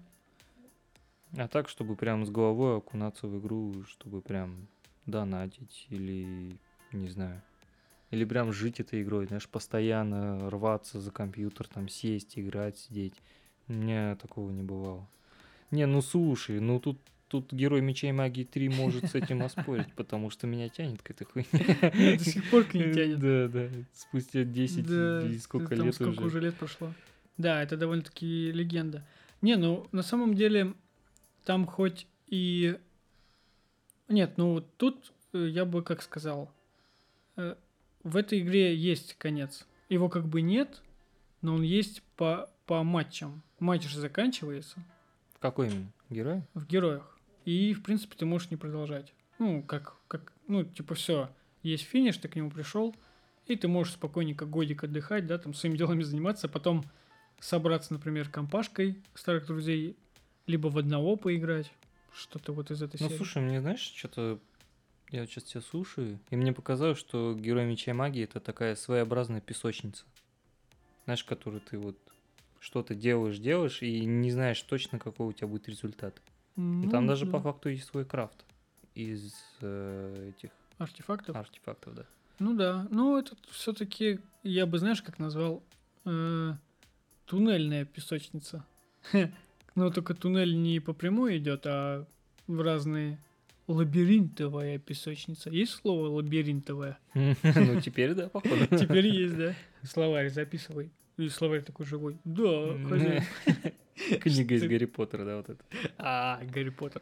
А так, чтобы прям с головой окунаться в игру, чтобы прям донатить или, не знаю, или прям жить этой игрой, знаешь, постоянно рваться за компьютер, там сесть, играть, сидеть. У меня такого не бывало. Не, ну слушай, ну тут, тут Герой Меча и Магии три может с этим оспорить, потому что меня тянет к этой хуйне.
Меня до сих пор не тянет.
Да, да, спустя десять
Да,
или сколько
там
лет
сколько
уже.
уже лет прошло. Да, это довольно-таки легенда. Не, ну, на самом деле, там хоть и... Нет, ну, вот тут э, я бы как сказал, э, в этой игре есть конец. Его как бы нет, но он есть по, по матчам. Матч же заканчивается
В какой именно? Герой?
в героях. И, в принципе, ты можешь не продолжать. Ну, как, как ну, типа, все, есть финиш, ты к нему пришел, и ты можешь спокойненько годик отдыхать, да, там, своими делами заниматься, а потом собраться, например, компашкой старых друзей, либо в одного поиграть, что-то вот из этой
Ну,
серии.
слушай, мне, знаешь, что-то... Я вот сейчас тебя слушаю, и мне показалось, что Герой Меча и Магии — это такая своеобразная песочница. Знаешь, которую ты вот что-то делаешь, делаешь, и не знаешь точно, какой у тебя будет результат.
Ну,
Там даже
да.
по факту есть свой крафт из э, этих
Артефактов.
артефактов, да.
Ну да, ну это все-таки, я бы, знаешь, как назвал, э, туннельная песочница. Но только туннель не по прямой идет, а в разные... Лабиринтовая песочница. Есть слово лабиринтовая?
Ну, теперь да, походу.
Теперь есть, да? Словарь записывай. И словарь такой живой. Да, хозяин.
Книга из
Что-
Гарри Поттера, да, вот это.
А, Гарри Поттер.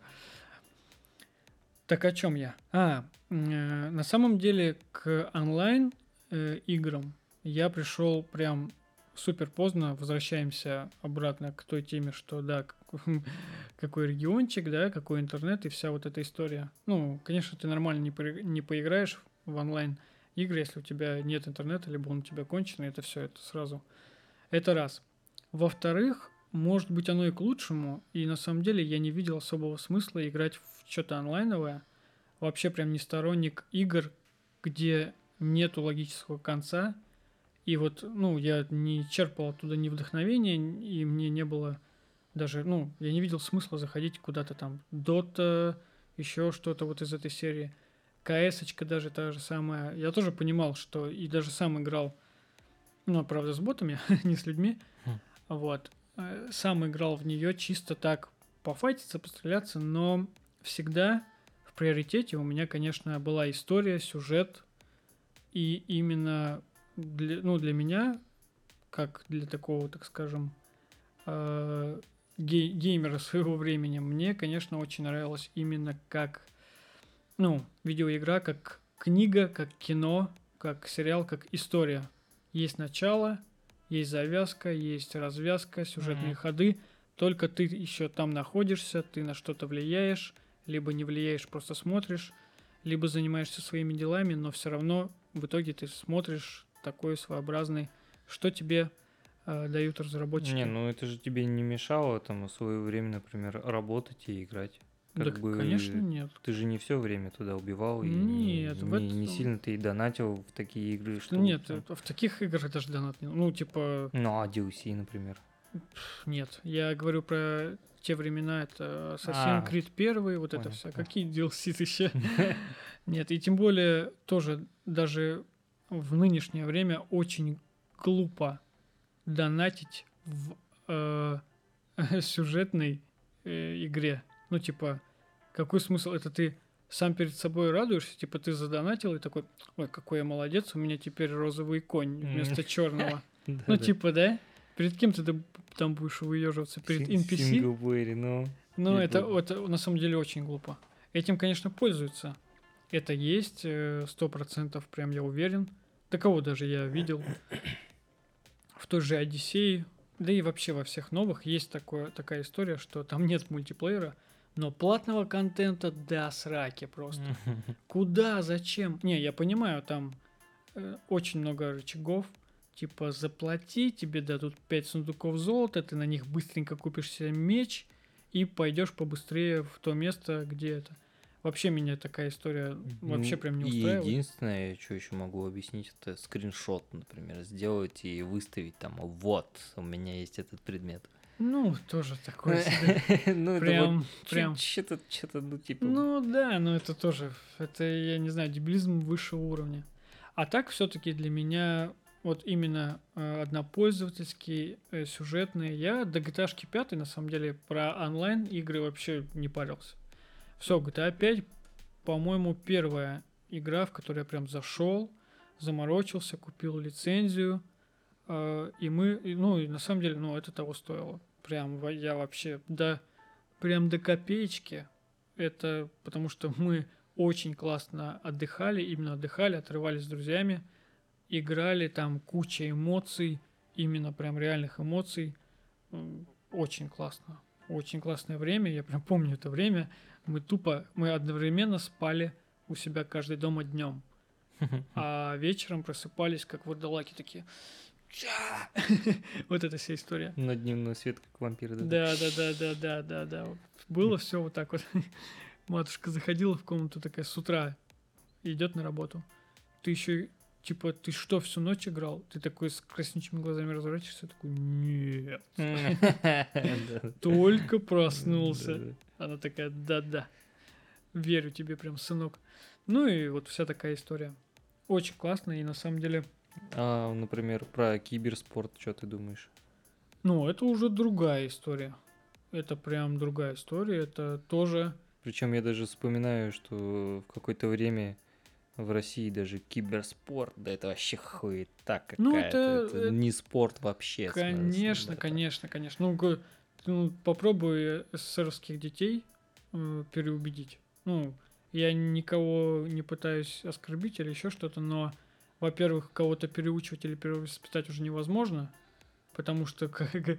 Так о чем я? А, э, на самом деле к онлайн э, играм я пришел прям супер поздно. Возвращаемся обратно к той теме, что да, как- какой региончик, да, какой интернет и вся вот эта история. Ну, конечно, ты нормально не, поиг- не поиграешь в онлайн игры, если у тебя нет интернета, либо он у тебя конченый, это все, это сразу. Это раз. Во-вторых, может быть, оно и к лучшему, и на самом деле я не видел особого смысла играть в что-то онлайновое. Вообще прям не сторонник игр, где нету логического конца. И вот, ну, я не черпал оттуда ни вдохновения, и мне не было даже, ну, я не видел смысла заходить куда-то там. Дота, еще что-то вот из этой серии. КС-очка даже та же самая. Я тоже понимал, что и даже сам играл, ну, правда, с ботами, не с людьми.
Хм.
Вот. Э, Сам играл в нее чисто так пофайтиться, постреляться, но всегда в приоритете у меня, конечно, была история, сюжет. И именно для, ну, для меня, как для такого, так скажем, э, гей- геймера своего времени, мне, конечно, очень нравилось именно как, ну, видеоигра, как книга, как кино, как сериал, как история. Есть начало, есть завязка, есть развязка, сюжетные
Мгм.
ходы. Только ты еще там находишься, ты на что-то влияешь, либо не влияешь, просто смотришь, либо занимаешься своими делами, но все равно в итоге ты смотришь такой своеобразный, что тебе э, дают разработчики.
Не, ну это же тебе не мешало там в свое время, например, работать и играть.
Да,
Как бы
конечно, нет.
ты же не все время туда убивал, и
Нет, в
не, не
этом-
сильно ты и донатил в такие игры, что...
Нет,
там-
это- в таких играх даже донат не... Ну, типа,
Ну, а ди эл си, например.
нет. Я говорю про те времена, это Assassin's
А,
Creed первый, вот это
понял,
все.
понял.
Какие ди эл си еще? Нет, и тем более тоже даже в нынешнее время очень глупо донатить в э, сюжетной э, игре. Ну, типа, какой смысл? Это ты сам перед собой радуешься, типа ты задонатил и такой, ой, какой я молодец, у меня теперь розовый конь
М.
вместо черного. Ну,
Да-да.
типа, да? Перед кем ты, д- там будешь выеживаться перед
Син-
эн пи си.
Сингл-плеере, ну.
Ну,
Я
это,
думаю.
это на самом деле очень глупо. Этим, конечно, пользуются. Это есть, э, сто процентов, прям я уверен. Таково даже я видел. В той же Одиссее, да и вообще во всех новых есть такое, такая история, что там нет мультиплеера, но платного контента до сраки просто. Куда, зачем? Не, я понимаю, там э, очень много рычагов. Типа, заплати, тебе дадут пять сундуков золота, ты на них быстренько купишь себе меч и пойдешь побыстрее в то место, где это. Вообще меня такая история вообще
Ну,
прям не
и
устраивает.
единственное, что еще могу объяснить, это скриншот, например, сделать и выставить там, вот, у меня есть этот предмет.
Ну, тоже такое себе.
Ну, это
Прям,
вот
прям.
что-то, что-то, ну, типа...
Ну да, но это тоже, это, я не знаю, дебилизм высшего уровня. А так все-таки для меня вот именно э, однопользовательские, э, сюжетные. Я до джи ти эй пять на самом деле про онлайн игры вообще не парился. Все, джи ти эй пять, по-моему, первая игра, в которую я прям зашел, заморочился, купил лицензию. э, и мы, и, ну, и на самом деле, ну, это того стоило. Прям во- я вообще, да, прям до копеечки. Это потому что мы очень классно отдыхали, именно отдыхали, отрывались с друзьями, играли, там куча эмоций, именно прям реальных эмоций. М, Очень классно. Очень классное время, я прям помню это время. Мы тупо, мы одновременно спали у себя каждый дома днем, а вечером просыпались, как вурдалаки такие. «Ча!» Вот эта вся история.
На дневной свет, как вампиры.
Да, да, да, да, да, да, да. Вот было все вот так вот. Матушка заходила в комнату такая с утра, идет на работу. Ты еще, типа, ты что, всю ночь играл? Ты такой с краснючими глазами разворачиваешься, такой, нет. Только проснулся.
Да-да.
Она такая, да-да, верю тебе прям, сынок. Ну и вот вся такая история. Очень классно, и на самом деле,
А, например, про киберспорт, что ты думаешь?
ну, это уже другая история. Это прям другая история, это тоже...
Причем я даже вспоминаю, что в какое-то время в России даже киберспорт, да это вообще хуета какая-то.
Ну, это-
это не спорт вообще.
Конечно,
это-
конечно, конечно. Ну, г- ну, попробуй эсэсэровских детей э, переубедить. Ну, я никого не пытаюсь оскорбить или еще что-то, но, во-первых, кого-то переучивать или перевоспитать уже невозможно, потому что как,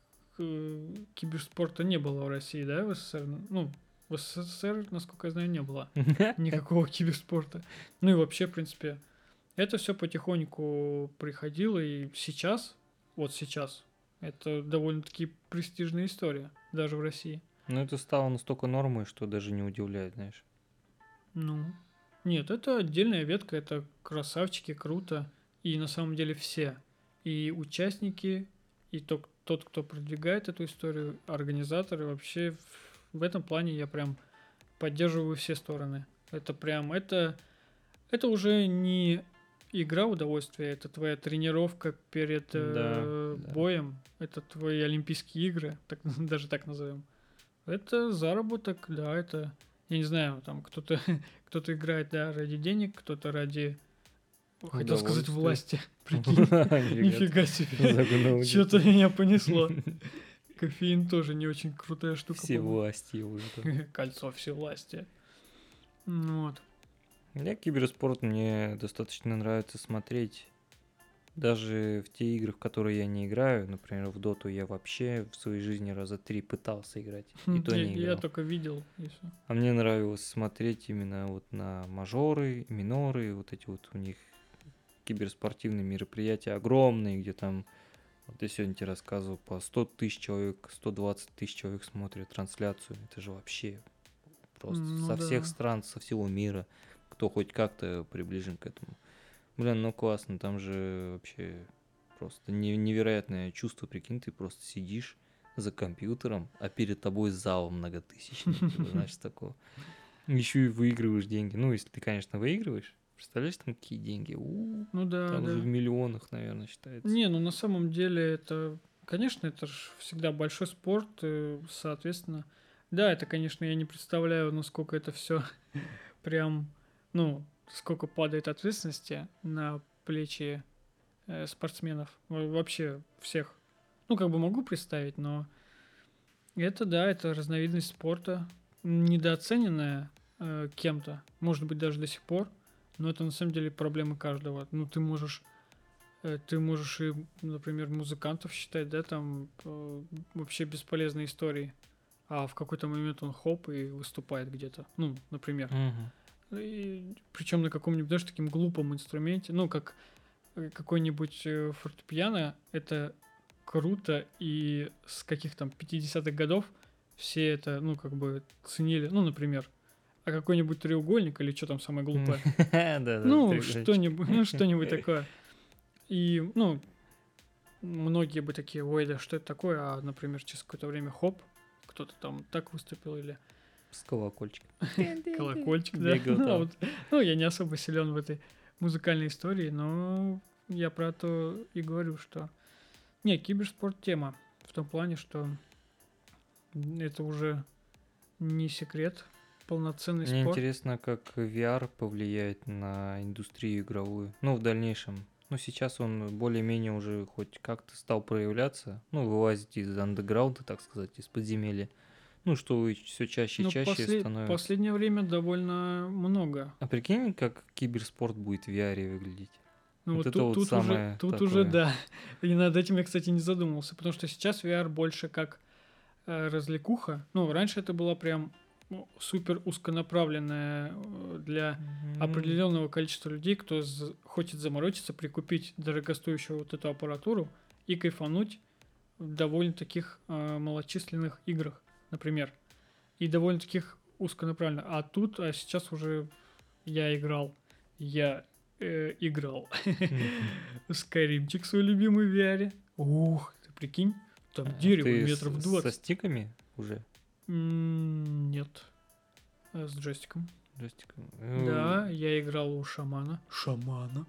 э, киберспорта не было в России, да, в СССР. Ну, в СССР, насколько я знаю, не было никакого киберспорта. Ну и вообще, в принципе, это все потихоньку приходило, и сейчас, вот сейчас, это довольно-таки престижная история, даже в России.
Ну это стало настолько нормой, что даже не удивляет, знаешь.
Ну, нет, это отдельная ветка, это красавчики, круто, и на самом деле все, и участники, и тот, тот, кто продвигает эту историю, организаторы, вообще в, в этом плане я прям поддерживаю все стороны. Это прям, это, это уже не игра удовольствия, это твоя тренировка перед э,
Да, да.
боем, это твои Олимпийские игры, так, даже так назовем. Это заработок, да, это, я не знаю, там кто-то кто-то играет, да, ради денег, кто-то ради, хотел сказать,
Удовольствия.
власти. Прикинь, нифига себе.
Загнул.
Что-то меня понесло. Кофеин тоже не очень крутая штука.
Все
по-моему.
власти уже там.
Кольцо всевластия. Ну вот.
Я киберспорт мне достаточно нравится смотреть. Даже в те игры, в которые я не играю, например, в доту я вообще в своей жизни раза три пытался играть, и то
Я,
не
я
играл.
только видел. И всё.
А мне нравилось смотреть именно вот на мажоры, миноры, вот эти вот у них киберспортивные мероприятия огромные, где там, вот я сегодня тебе рассказывал, по сто тысяч человек, сто двадцать тысяч человек смотрят трансляцию. Это же вообще просто
Ну
со всех
да.
стран, со всего мира, кто хоть как-то приближен к этому. Блин, ну классно, там же вообще просто не- невероятное чувство, прикинь, ты просто сидишь за компьютером, а перед тобой зал многотысячный, типа, знаешь, такого. Еще и выигрываешь деньги. Ну, если ты, конечно, выигрываешь, представляешь, там какие деньги? У,
Ну да,
там
да.
уже в миллионах, наверное, считается.
Не, ну на самом деле это, конечно, это же всегда большой спорт, э, соответственно. Да, это, конечно, я не представляю, насколько это все прям, ну, сколько падает ответственности на плечи э, спортсменов, Во- вообще всех. Ну, как бы могу представить, но это, да, это разновидность спорта, недооцененная э, кем-то, может быть, даже до сих пор, но это на самом деле проблема каждого. Ну, ты можешь, э, ты можешь и, например, музыкантов считать, да, там э, вообще бесполезной историей, а в какой-то момент он хоп и выступает где-то, ну, например.
Мгм.
И, причем на каком-нибудь даже таким глупом инструменте, ну, как э, какой-нибудь э, фортепиано, это круто, и с каких там пятидесятых годов все это, ну, как бы ценили, ну, например, а какой-нибудь треугольник или что там самое глупое,
Да-да,
ну,
треугольничек.
что-нибудь, ну, что-нибудь такое. И, ну, многие бы такие, ой, да что это такое, а, например, через какое-то время хоп, кто-то там так выступил или
С колокольчиком.
колокольчик, да.
Бегал
Ну, а
там.
вот, ну, я не особо силен в этой музыкальной истории, но я про то и говорю, что... Не, киберспорт тема. В том плане, что это уже не секрет, полноценный
Мне
спорт.
интересно, как ви ар повлияет на индустрию игровую. Ну, в дальнейшем. Ну, сейчас он более-менее уже хоть как-то стал проявляться. Ну, вылазить из андеграунда, так сказать, из подземелья. Ну, что все чаще и
Ну,
чаще
после-
становится.
последнее время довольно много.
А прикинь, как киберспорт будет в ви ар выглядеть.
Ну,
Вот
вот
это
тут,
вот
тут
самое
уже, тут
такое.
уже, да. И над этим я, кстати, не задумывался, потому что сейчас ви ар больше как э, развлекуха. Ну, раньше это была прям ну, супер узконаправленная э, для
М,
определенного количества людей, кто з- хочет заморочиться, прикупить дорогостоящую вот эту аппаратуру и кайфануть в довольно таких э, малочисленных играх, например. И довольно таких узконаправленно. А тут, а сейчас уже я играл. Я э, играл. Скайримчик свой любимый в ви ар. Ух, ты прикинь, там
а
дерево
ты
метров
с- со
двадцать.
стиками уже?
М, Нет. А с джойстиком.
Джойстиком?
Да, я играл у шамана. Шамана?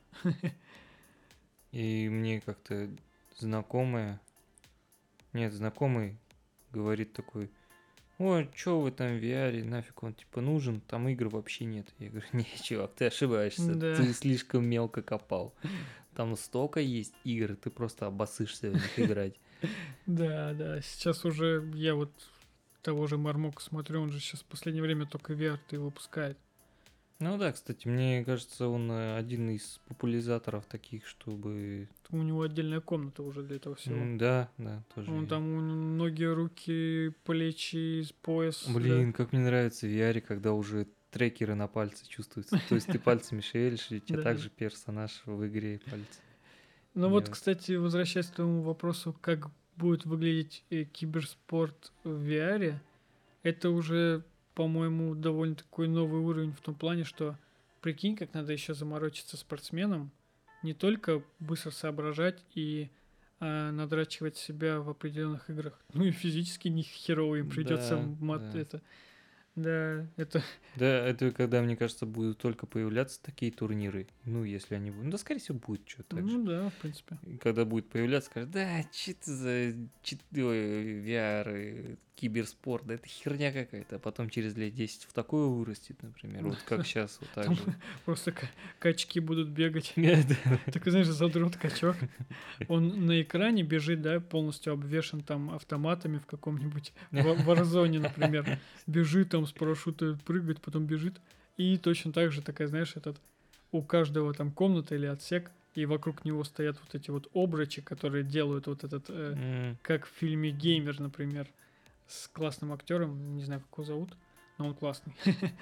И мне как-то знакомая, нет, знакомый говорит такой, ой, чё вы там в ви ар, нафиг он типа нужен, там игр вообще нет. Я говорю, не, чувак, ты ошибаешься,
Да.
ты слишком мелко копал. Там столько есть игр, ты просто обоссышься в них играть.
Да, да. Сейчас уже я вот того же Мармока смотрю, он же сейчас в последнее время только ви ар-то и выпускает.
Ну да, кстати, мне кажется, он э, один из популяризаторов таких, чтобы...
У него отдельная комната уже для этого всего.
М, Да, да, тоже.
Он
я-
там у него ноги, руки, плечи, пояс. да.
Блин, как мне нравится в ви ар, когда уже трекеры на пальце чувствуются. То есть ты пальцами шевелишь, и у тебя
Да.
также персонаж в игре пальцы.
Ну вот,
Я-
кстати, возвращаясь к твоему вопросу, как будет выглядеть э, киберспорт в ви ар, это уже, по-моему, довольно такой новый уровень в том плане, что прикинь, как надо еще заморочиться спортсменам, не только быстро соображать и а, надрачивать себя в определенных играх, ну и физически не херово им придется
Да,
мат
да.
это. Да, это
Да, это когда, мне кажется, будут только появляться такие турниры. Ну, если они будут. Ну, да, скорее всего, будет что-то так же.
ну да, в принципе.
И когда будет появляться, скажут, да, что это за чит- ой, ви ар, и киберспорт, да это херня какая-то. А потом через лет десять в такое вырастет, например, вот как сейчас, вот так
Там
же.
Просто к- качки будут бегать.
Да.
Такой, знаешь, задрот качок. Он на экране бежит, да, полностью обвешен там автоматами в каком-нибудь в- Warzone, например. Бежит там с парашюта, прыгает, потом бежит. И точно так же такая, знаешь, этот у каждого там комната или отсек, и вокруг него стоят вот эти вот обручи, которые делают вот этот, э,
М,
как в фильме «Геймер», например, с классным актером, не знаю, как его зовут, но он классный.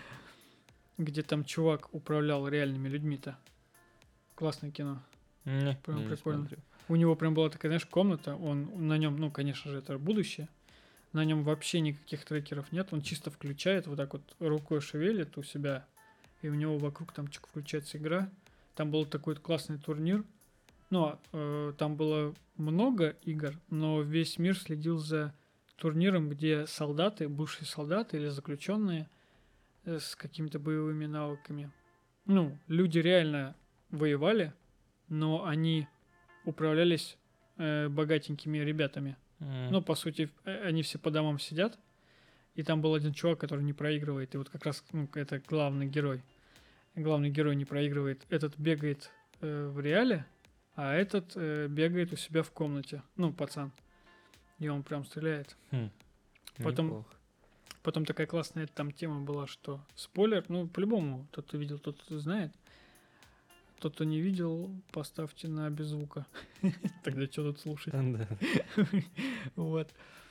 Где там чувак управлял реальными людьми-то. Классное кино.
не,
Прям
я не
прикольно.
смотрю.
У него прям была такая, знаешь, комната, он на нем, ну, конечно же, это будущее, на нем вообще никаких трекеров нет, он чисто включает, вот так вот рукой шевелит у себя, и у него вокруг там чик включается игра. Там был такой вот классный турнир, но э, там было много игр, но весь мир следил за турниром, где солдаты, бывшие солдаты или заключенные э, с какими-то боевыми навыками, ну, люди реально воевали, но они управлялись э, богатенькими ребятами.
М,
Ну, по сути, э, они все по домам сидят, и там был один чувак, который не проигрывает, и вот как раз ну, это главный герой. Главный герой не проигрывает. Этот бегает э, в реале, а этот э, бегает у себя в комнате, ну, пацан, и он прям стреляет.
Хм,
Потом-
неплохо.
Потом такая классная там тема была, что спойлер, ну, по-любому, тот, кто видел, тот знает. Тот, кто не видел, поставьте на без звука. Тогда что тут слушать?
Да.
Вот.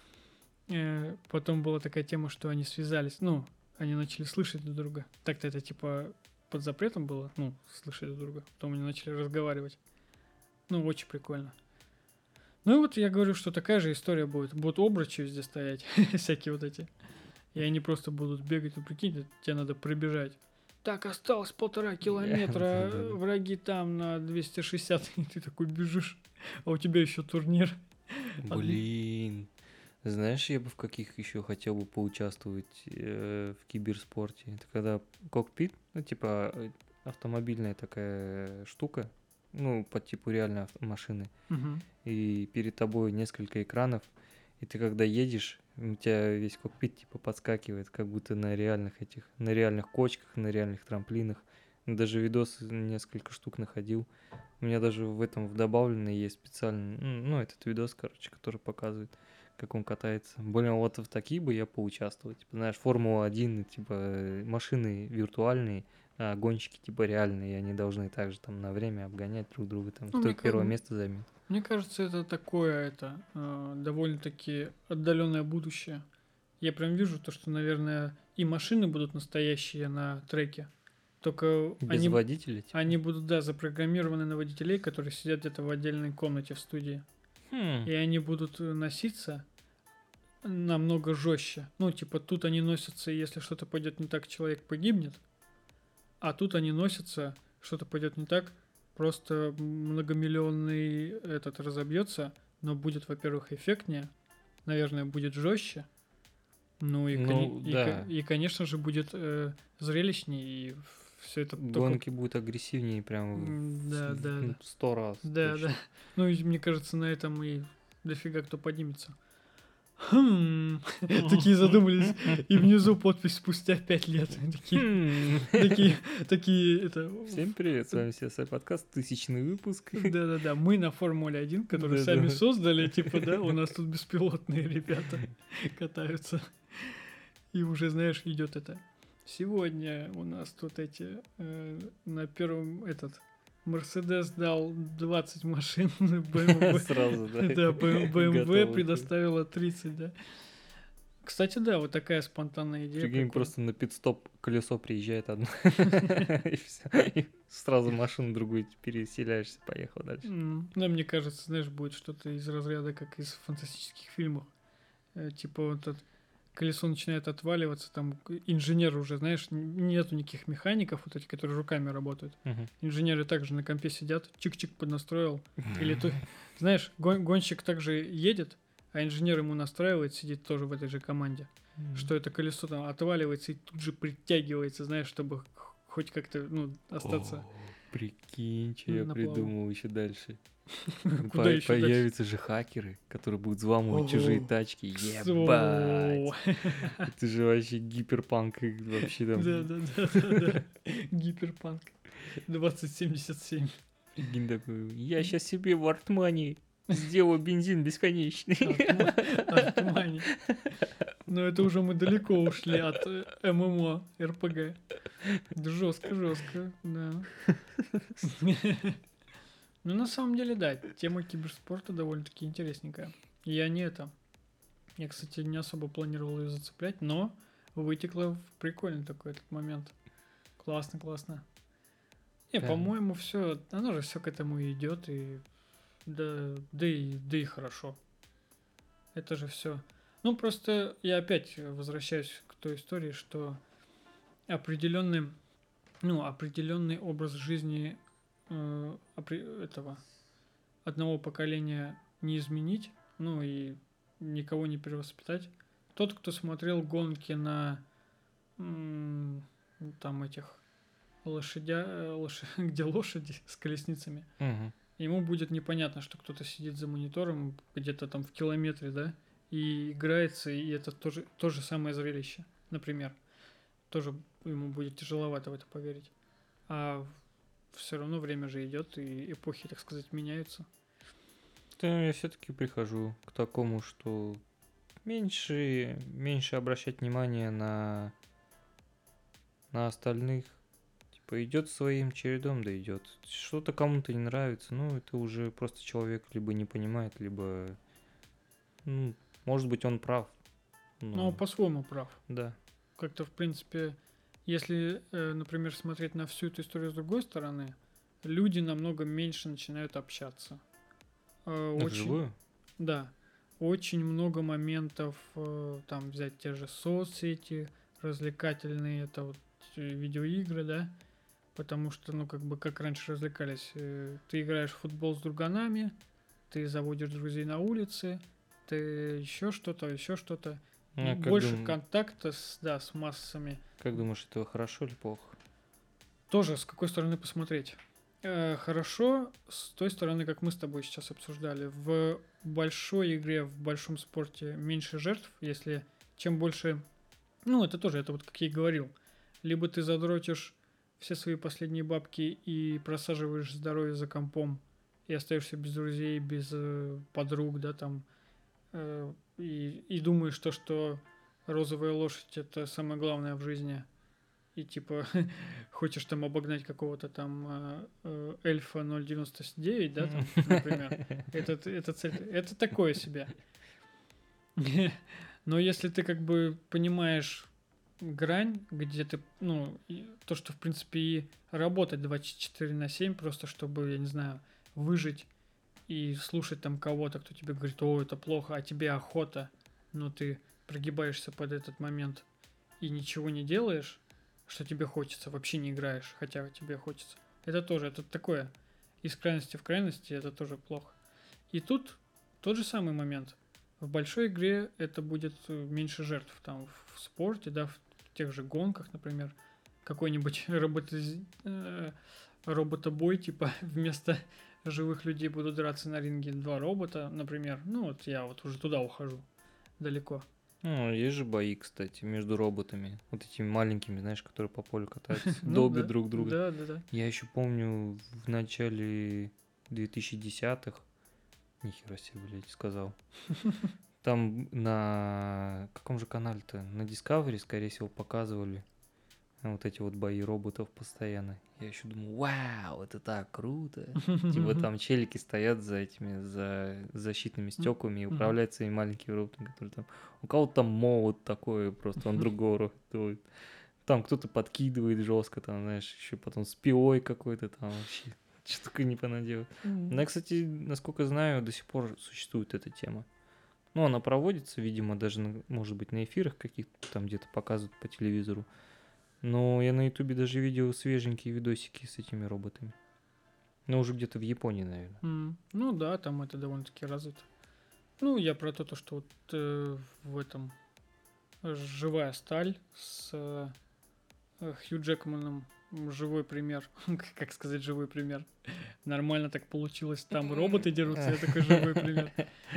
Э, Потом была такая тема, что они связались, ну, они начали слышать друг друга. Так-то это типа под запретом было, ну, слышать друг друга. Потом они начали разговаривать. Ну, очень прикольно. Ну и вот я говорю, что такая же история будет. Будут обручи везде стоять, всякие вот эти. И они просто будут бегать, ну прикинь, тебе надо пробежать. Так, осталось полтора километра,
Да-да-да.
враги там на двести шестьдесят, и ты такой бежишь, а у тебя еще турнир.
Блин. Знаешь, я бы в каких еще хотел бы поучаствовать э, в киберспорте. Это когда кокпит, ну, типа э, автомобильная такая штука, ну, по типу реальной авто- машины.
Мгм.
И перед тобой несколько экранов, и ты когда едешь, у тебя весь кокпит типа подскакивает, как будто на реальных этих, на реальных кочках, на реальных трамплинах. Даже видосы несколько штук находил. У меня даже в этом в добавленной есть специальный, м, ну, этот видос, короче, который показывает, как он катается. Блин, вот в такие бы я поучаствовал. Типа, знаешь, Формула один, типа, э, машины виртуальные, а гонщики, типа, реальные, и они должны также там на время обгонять друг друга, там,
Ну,
кто
мне ка-
первое место займет.
Мне кажется, это такое, это э, довольно-таки отдаленное будущее. Я прям вижу то, что, наверное, и машины будут настоящие на треке. Только
Без
они,
водителя, типа.
они будут, да, запрограммированы на водителей, которые сидят где-то в отдельной комнате в студии.
Хм.
И они будут э, носиться намного жестче. Ну, типа, тут они носятся, и если что-то пойдет не так, человек погибнет. А тут они носятся, что-то пойдет не так, просто многомиллионный этот разобьется, но будет, во-первых, эффектнее, наверное, будет жестче. Ну и,
Ну,
кони- и,
да.
ко- и, конечно же, будет э, зрелищнее, и все это только...
Гонки будут агрессивнее прям в-
М, да,
в-
да,
в
да.
сто раз.
Да,
точно.
да. Ну, и мне кажется, на этом и дофига кто поднимется. Хм. Такие задумались. И внизу подпись спустя пять лет. Такие,
Хм.
такие, такие, это...
Всем привет, с вами си эс ай подкаст, тысячный выпуск.
Да-да-да, мы на Формуле один, который
Да-да.
сами создали, типа, да, у нас тут беспилотные ребята катаются. И уже, знаешь, идет это. Сегодня у нас тут эти, э, на первом, этот, Мерседес дал двадцать машин, бэ эм вэ,
Сразу, да.
да, бэ эм вэ
Готово.
предоставила тридцать, да. Кстати, да, вот такая спонтанная идея.
Прикинь,
прикольная.
просто на пит-стоп колесо приезжает одно. И все. И сразу машину другую переселяешься, поехал дальше.
М, Да, мне кажется, знаешь, будет что-то из разряда, как из фантастических фильмов. Э, Типа вот это колесо начинает отваливаться, там к- инженер уже, знаешь, н- нету никаких механиков, вот эти, которые руками работают.
Мгм.
Инженеры также на компе сидят, чик-чик поднастроил. Или ты, знаешь, гон- гонщик также едет, а инженер ему настраивает, сидит тоже в этой же команде. Что это колесо там отваливается и тут же притягивается, знаешь, чтобы х- хоть как-то, ну, остаться.
О, прикинь, что я
на плаву.
придумал еще дальше.
Куда
По-
ещё дальше?
Появятся же хакеры, которые будут взламывать чужие
Ого.
тачки.
О,
Ебать! Это же вообще гиперпанк и вообще там.
Да, да, да, да, да. Гиперпанк. двадцать семьдесят семь.
Прикинь такой, я сейчас себе в Артмане сделаю бензин бесконечный.
Артмани. Но это уже мы далеко ушли от э, эм эм о, эр пэ гэ. Жестко, жестко, да. Ну, на самом деле, да, тема киберспорта довольно-таки интересненькая. Я не это. Я, кстати, не особо планировал ее зацеплять, но вытекло в прикольный такой этот момент. Классно, классно. Не,
Да.
по-моему, все, оно же все к этому и идет, и да, да и да и хорошо. Это же все. Ну, просто я опять возвращаюсь к той истории, что определенный, ну, определенный образ жизни э, опре- этого одного поколения не изменить, ну и никого не перевоспитать. Тот, кто смотрел гонки на м, там этих лошадя, э, лош- где лошади с колесницами,
Мгм.
ему будет непонятно, что кто-то сидит за монитором где-то там в километре, да, и играется, и это тоже то же самое зрелище, например. Тоже ему будет тяжеловато в это поверить. А все равно время же идет, и эпохи, так сказать, меняются.
Да, я все-таки прихожу к такому, что меньше, меньше обращать внимание на, на остальных. Типа идет своим чередом, да идет. Что-то кому-то не нравится, ну это уже просто человек либо не понимает, либо, ну, может быть, он прав.
Но
Но,
по-своему прав.
да.
Как-то, в принципе, если, э, например, смотреть на всю эту историю с другой стороны, люди намного меньше начинают общаться. Э,
Ну,
Очень,
вживую?
да, очень много моментов, э, там взять те же соцсети, развлекательные, это вот э, видеоигры, да, потому что, ну, как бы, как раньше развлекались, э, ты играешь в футбол с друганами, ты заводишь друзей на улице, ты еще что-то, еще что-то.
Ну, а как,
Больше
дум-
контакта с, да, с массами.
как думаешь, это хорошо или плохо?
Тоже с какой стороны посмотреть. Э, хорошо, с той стороны, как мы с тобой сейчас обсуждали. В большой игре, в большом спорте меньше жертв, если чем больше... Ну, это тоже, это вот как я и говорил. Либо ты задротишь все свои последние бабки и просаживаешь здоровье за компом, и остаешься без друзей, без э, подруг, да, там, э, и, и думаешь то, что розовая лошадь это самое главное в жизни, и типа хочешь там обогнать какого-то там э, э, эльфа ноль девяносто девять, да, там, например, это, это, цель, это такое себе. Но если ты как бы понимаешь грань, где ты, ну, и то, что, в принципе, и работать двадцать четыре на семь, просто чтобы, я не знаю, выжить и слушать там кого-то, кто тебе говорит, о, это плохо, а тебе охота, но ты прогибаешься под этот момент и ничего не делаешь, что тебе хочется, вообще не играешь, хотя тебе хочется. Это тоже, это такое, из крайности в крайности, это тоже плохо. И тут тот же самый момент. В большой игре это будет э, меньше жертв, там, в спорте, да, в тех же гонках, например, какой-нибудь роботоз- э, роботобой, типа, вместо живых людей будут драться на ринге два робота, например. Ну, вот я вот уже туда ухожу, далеко.
Ну, есть же бои, кстати, между роботами. Вот этими маленькими, знаешь, которые по полю катаются,
Ну
долбят
да,
друг друга.
Да, да, да.
Я еще помню в начале две тысячи десятых, нихера себе, блядь, сказал. Там на каком же канале-то? На Discovery, скорее всего, показывали вот эти вот бои роботов постоянно. Я еще думаю, вау, это так круто. Типа там челики стоят за этими, за защитными стеклами и управляют своими маленькими роботами, которые там... У кого-то там молот такой, просто он другого робота. Там кто-то подкидывает жестко, там, знаешь, еще потом с пилой какой-то там вообще. Что только не понаделал. Ну, я, кстати, насколько знаю, до сих пор существует эта тема. Ну, она проводится, видимо, даже, на- может быть, на эфирах каких-то там где-то показывают по телевизору. Но я на ютубе даже видел свеженькие видосики с этими роботами. Ну, уже где-то в Японии, наверное.
М, Ну да, там это довольно-таки развито. Ну, я про то, то, что вот э, в этом э, живая сталь с э, э, Хью Джекманом, м, живой пример. Как сказать живой пример? Нормально так получилось. Там роботы дерутся, я такой живой пример.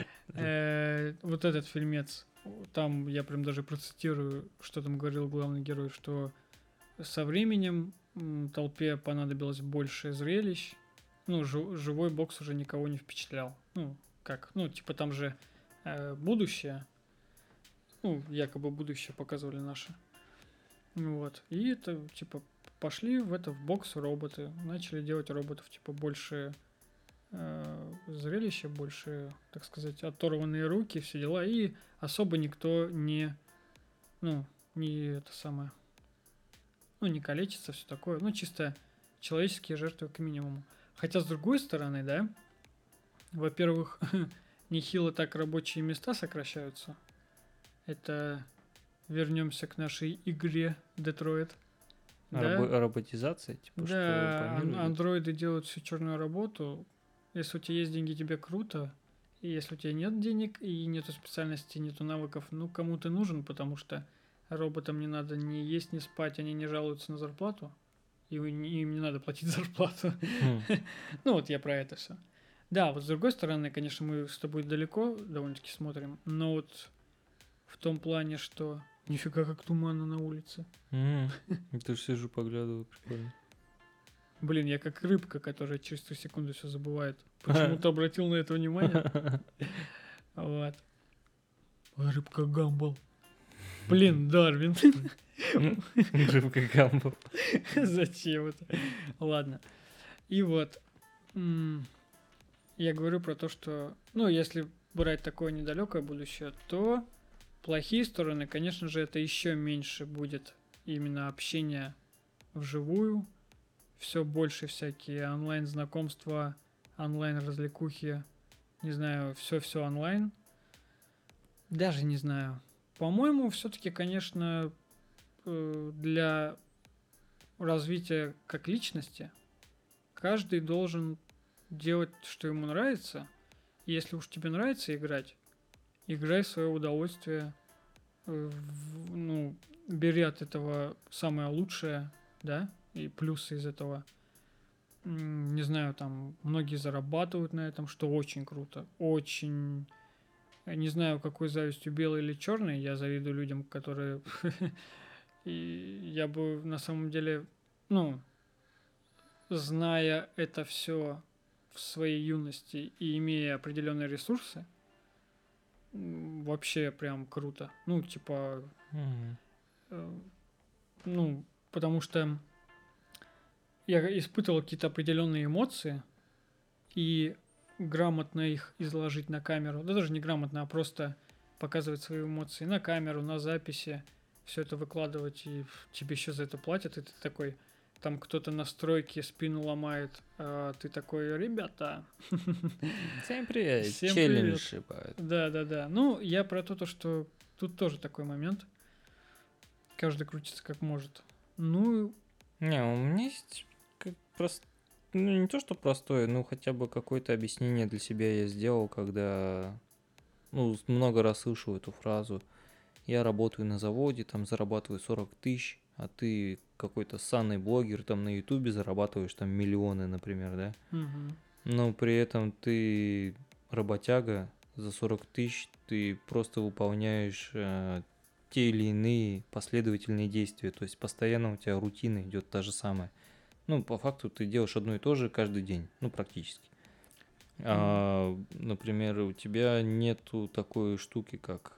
Э, Вот этот фильмец, там я прям даже процитирую, что там говорил главный герой, что со временем м, толпе понадобилось больше зрелищ. Ну, жи- живой бокс уже никого не впечатлял. Ну, как? Ну, типа там же э, будущее. Ну, якобы будущее показывали наше. Вот. И это, типа, пошли в это, в бокс роботы. Начали делать роботов, типа, больше э, зрелища, больше, так сказать, оторванные руки, все дела. И особо никто не, ну, не это самое, ну, не калечится, все такое. Ну, чисто человеческие жертвы к минимуму. Хотя, с другой стороны, да, во-первых, нехило так рабочие места сокращаются. Это вернемся к нашей игре Детройт.
А
Да,
рабо- роботизация, типа,
да,
что по
ан-
миру идет?
андроиды делают всю черную работу. Если у тебя есть деньги, тебе круто. И если у тебя нет денег и нету специальности, нету навыков, ну кому ты нужен, потому что роботам не надо ни есть, ни спать, они не жалуются на зарплату. И у- им не надо платить зарплату.
Хм.
Ну вот я про это все. Да, вот с другой стороны, конечно, мы с тобой далеко довольно-таки смотрим, но вот в том плане, что нифига как туманно на улице.
М, Это же сижу, поглядываю, прикольно.
Блин, я как рыбка, которая через ту секунду все забывает. Почему-то обратил на это внимание. Вот. Рыбка Гамбл. Блин, Дарвин.
Рыбка Гамбл.
Зачем это? Ладно. И вот. Я говорю про то, что, ну, если брать такое недалекое будущее, то плохие стороны, конечно же, это еще меньше будет именно общения вживую. Все больше всякие онлайн-знакомства, онлайн-развлекухи, не знаю, все-все онлайн. Даже не знаю. По-моему, все-таки, конечно, для развития как личности каждый должен делать, что ему нравится. И если уж тебе нравится играть, играй в свое удовольствие, ну, бери от этого самое лучшее, да, и плюсы из этого. Не знаю, там многие зарабатывают на этом, что очень круто, очень. Не знаю, какой завистью, белый или черный, я завидую людям, которые. И я бы на самом деле, ну, зная это все в своей юности и имея определенные ресурсы, вообще прям круто. Ну, типа,
Мгм.
э, ну, потому что я испытывал какие-то определенные эмоции, и грамотно их изложить на камеру, да даже не грамотно, а просто показывать свои эмоции на камеру, на записи, все это выкладывать, и тебе еще за это платят, и ты такой, там кто-то на стройке спину ломает, а ты такой, ребята.
Всем привет.
Всем
Челлендж
привет.
шибает.
Да-да-да. Ну, я про то, то, что тут тоже такой момент. Каждый крутится как может. Ну,
Не, у меня есть как прост... ну не то, что простое, ну хотя бы какое-то объяснение для себя я сделал, когда, ну, с- много раз слышу эту фразу. Я работаю на заводе, там зарабатываю сорок тысяч, а ты какой-то ссаный блогер, там на ютубе зарабатываешь там миллионы, например, да?
мгм.
Но при этом ты работяга, за сорок тысяч ты просто выполняешь э, те или иные последовательные действия. То есть постоянно у тебя рутина идет та же самая. Ну, по факту ты делаешь одно и то же каждый день, ну, практически. А, например, у тебя нету такой штуки, как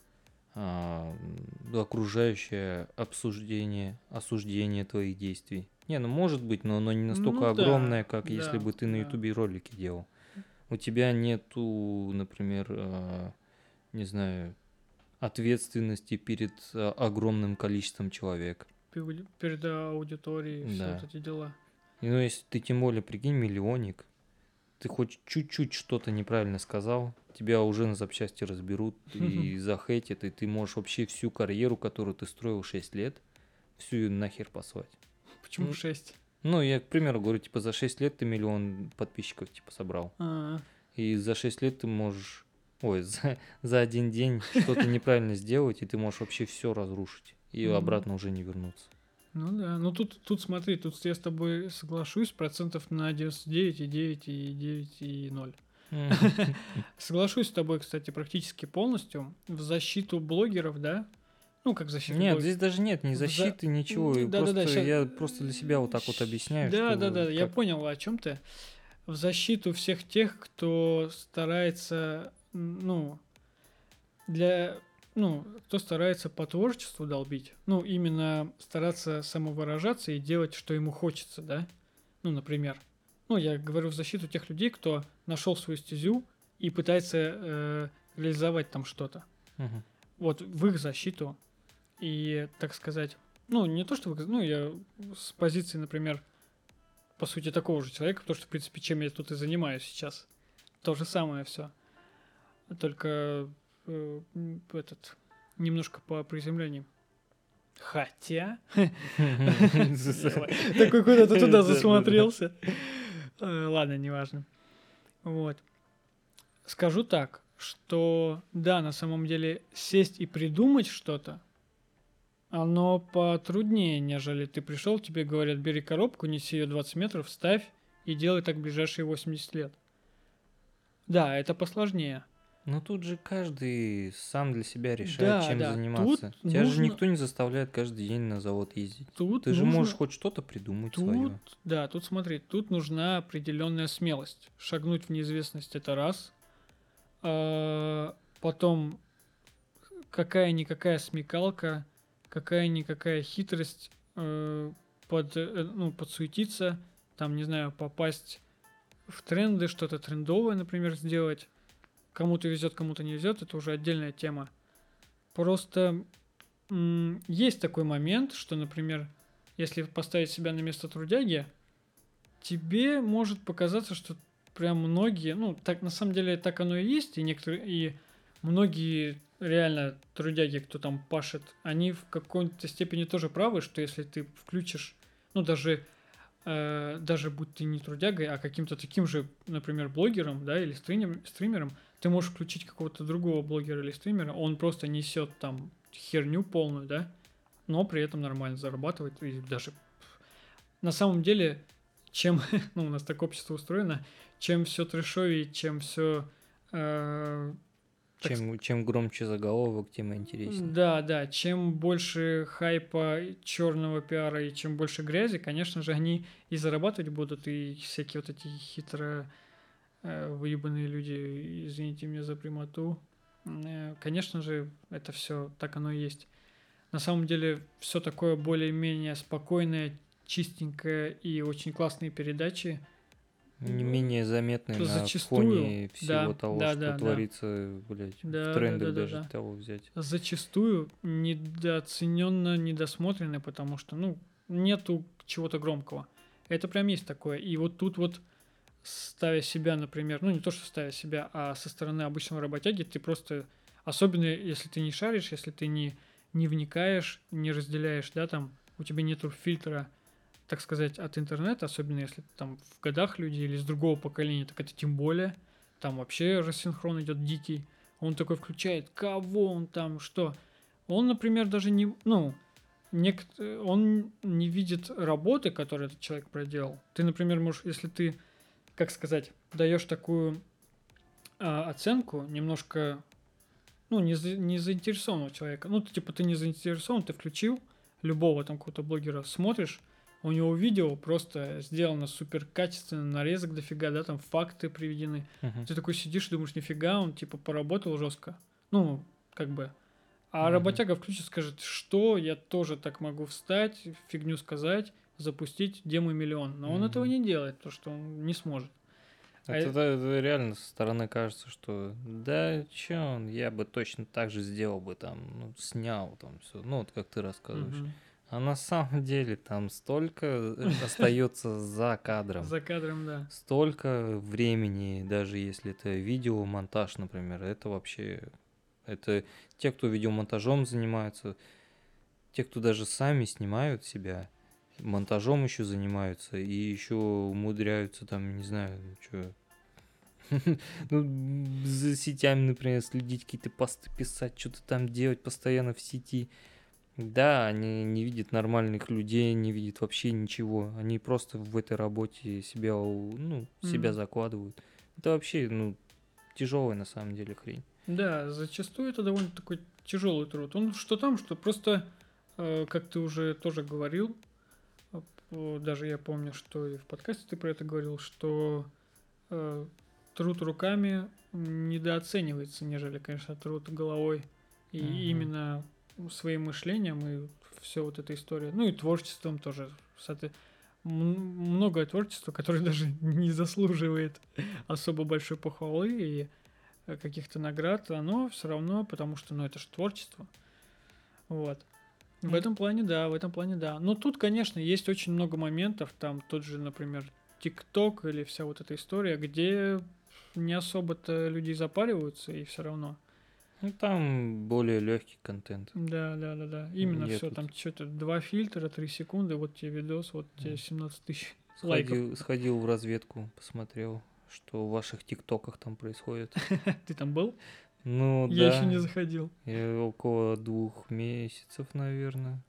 а, м, окружающее обсуждение, осуждение твоих действий. Не, ну может быть, но оно не настолько
Ну да,
огромное, как если
да,
бы ты на
да.
ютубе ролики делал. У тебя нету, например, а, не знаю, ответственности перед а, огромным количеством человек.
Пе- Перед аудиторией, все
Да.
вот эти дела.
И, ну, если ты тем более, прикинь, миллионник, ты хоть чуть-чуть что-то неправильно сказал, тебя уже на запчасти разберут и захейтят, и ты можешь вообще всю карьеру, которую ты строил шесть лет, всю ее нахер послать.
Почему
Ну,
шесть?
Ну, я, к примеру, говорю, типа, за шесть лет ты миллион подписчиков, типа, собрал.
А,
И за шесть лет ты можешь, ой, за, за один день что-то неправильно сделать, и ты можешь вообще все разрушить. И
Мгм.
обратно уже не вернуться.
ну да, ну тут, тут смотри, тут я с тобой соглашусь процентов на девяносто девять и девять и девять и ноль. Соглашусь с тобой, кстати, практически полностью в защиту блогеров, да? Ну, как защиту
Нет,
блогеров.
здесь даже нет ни
В за-
защиты, ничего. и
Да-да-да,
просто
ща-
я просто для себя вот так вот объясняю,
Да,
что
да, да, я
как-
понял, о чем ты. В защиту всех тех, кто старается, м, ну, для, ну, кто старается по творчеству долбить, ну, именно стараться самовыражаться и делать, что ему хочется, да? Ну, например. Ну, я говорю в защиту тех людей, кто нашел свою стезю и пытается э, реализовать там что-то.
Мгм.
Вот в их защиту. И, так сказать, ну, не то, что, в их- ну, я с позиции, например, по сути, такого же человека, потому что, в принципе, чем я тут и занимаюсь сейчас. То же самое все. Только э, м, этот, немножко по приземлению. Хотя... Такой куда-то туда засмотрелся. Э, Ладно, неважно. Вот. Скажу так, что да, на самом деле сесть и придумать что-то, оно потруднее, нежели ты пришел, тебе говорят, бери коробку, неси ее двадцать метров, ставь и делай так ближайшие восемьдесят лет. Да, это посложнее.
Но тут же каждый сам для себя решает,
Да,
чем
да,
заниматься.
тут
Тебя же
нужно,
никто не заставляет каждый день на завод ездить.
тут
Ты же можешь
нужно,
хоть что-то придумать
тут,
свое.
да, тут смотри, тут нужна определенная смелость. Шагнуть в неизвестность это раз. А, потом какая-никакая смекалка, какая-никакая хитрость э, под, э, ну, подсуетиться, там, не знаю, попасть в тренды, что-то трендовое, например, сделать. Кому-то везет, кому-то не везет, это уже отдельная тема. Просто м, есть такой момент, что, например, если поставить себя на место трудяги, тебе может показаться, что прям многие, ну, так на самом деле так оно и есть, и некоторые, и многие реально трудяги, кто там пашет, они в какой-то степени тоже правы, что если ты включишь, ну, даже, э, даже будь ты не трудягой, а каким-то таким же, например, блогером, да, или стримером, стримером, ты можешь включить какого-то другого блогера или стримера, он просто несет там херню полную, да, но при этом нормально зарабатывает, и даже на самом деле, чем, ну, у нас так общество устроено, чем все трэшовее, чем все
Чем, чем громче заголовок, тем интереснее.
да, да, чем больше хайпа, черного пиара и чем больше грязи, конечно же, они и зарабатывать будут, и всякие вот эти хитро э, выебанные люди, извините меня за прямоту, э, конечно же, это все так оно и есть. На самом деле, все такое более-менее спокойное, чистенькое и очень классные передачи.
Не менее заметный на
Зачастую,
фоне всего
да,
того,
да,
что
да, да.
творится, блядь,
Да,
в
да,
трендах
да, да,
даже
да.
того взять.
Зачастую недооцененно, недосмотрено, потому что, ну, нету чего-то громкого. Это прям есть такое. И вот тут вот, ставя себя, например, ну, не то, что ставя себя, а со стороны обычного работяги, ты просто, особенно если ты не шаришь, если ты не, не вникаешь, не разделяешь, да, там, у тебя нету фильтра, так сказать, от интернета, особенно если там в годах люди или с другого поколения, так это тем более, там вообще рассинхрон идет дикий. Он такой включает, кого он там, что. Он, например, даже не, ну, нек- он не видит работы, которую этот человек проделал. Ты, например, можешь, если ты, как сказать, даешь такую а, оценку немножко, ну, не, за, не заинтересованного человека. Ну, ты, типа, ты не заинтересован, ты включил любого там какого-то блогера, смотришь, у него видео просто сделано супер качественно, нарезок дофига, да, там факты приведены.
Мгм.
Ты такой сидишь и думаешь, нифига, он типа поработал жестко. Ну, как бы. А
Мгм.
работяга включит, скажет, что я тоже так могу встать, фигню сказать, запустить демо-миллион. Но он
Мгм.
этого не делает, потому что он не сможет. А
Это,
э-
да, это реально со стороны кажется, что да, чё он, я бы точно так же сделал бы там, ну, снял там все, ну, вот как ты рассказываешь.
Мгм.
А на самом деле там столько остается за кадром,
За кадром, да.
столько времени, даже если это видеомонтаж, например, это вообще, это те, кто видеомонтажом занимаются, те, кто даже сами снимают себя, монтажом еще занимаются и еще умудряются там, не знаю, что, ну, за сетями, например, следить, какие-то посты писать, что-то там делать постоянно в сети. Да, они не видят нормальных людей, не видят вообще ничего. Они просто в этой работе себя, у- ну, себя
Мгм.
закладывают. Это вообще, ну, тяжелая на самом деле хрень.
Да, зачастую это довольно такой тяжелый труд. Он что там, что просто, э, как ты уже тоже говорил, э, по- даже я помню, что и в подкасте ты про это говорил, что э, труд руками недооценивается, нежели, конечно, труд головой. И
Мгм.
именно своим мышлением и все вот эта история. Ну и творчеством тоже. Кстати, м- многое творчество, которое даже не заслуживает особо большой похвалы и э, каких-то наград, оно все равно, потому что, ну, это же творчество. Вот. В
Мгм.
этом плане, да, в этом плане, да. Но тут, конечно, есть очень много моментов, там тот же, например, ТикТок или вся вот эта история, где не особо-то люди запариваются, и все равно.
Ну, там более легкий контент.
Да, да, да, да. Именно
Я
все,
тут
там что-то два фильтра, три секунды, вот тебе видос, вот тебе
Мгм.
семнадцать тысяч лайков.
сходил, сходил в разведку, посмотрел, что в ваших тиктоках там происходит.
Ты там был?
Ну
Я еще не
да,
заходил.
я около двух месяцев, наверное.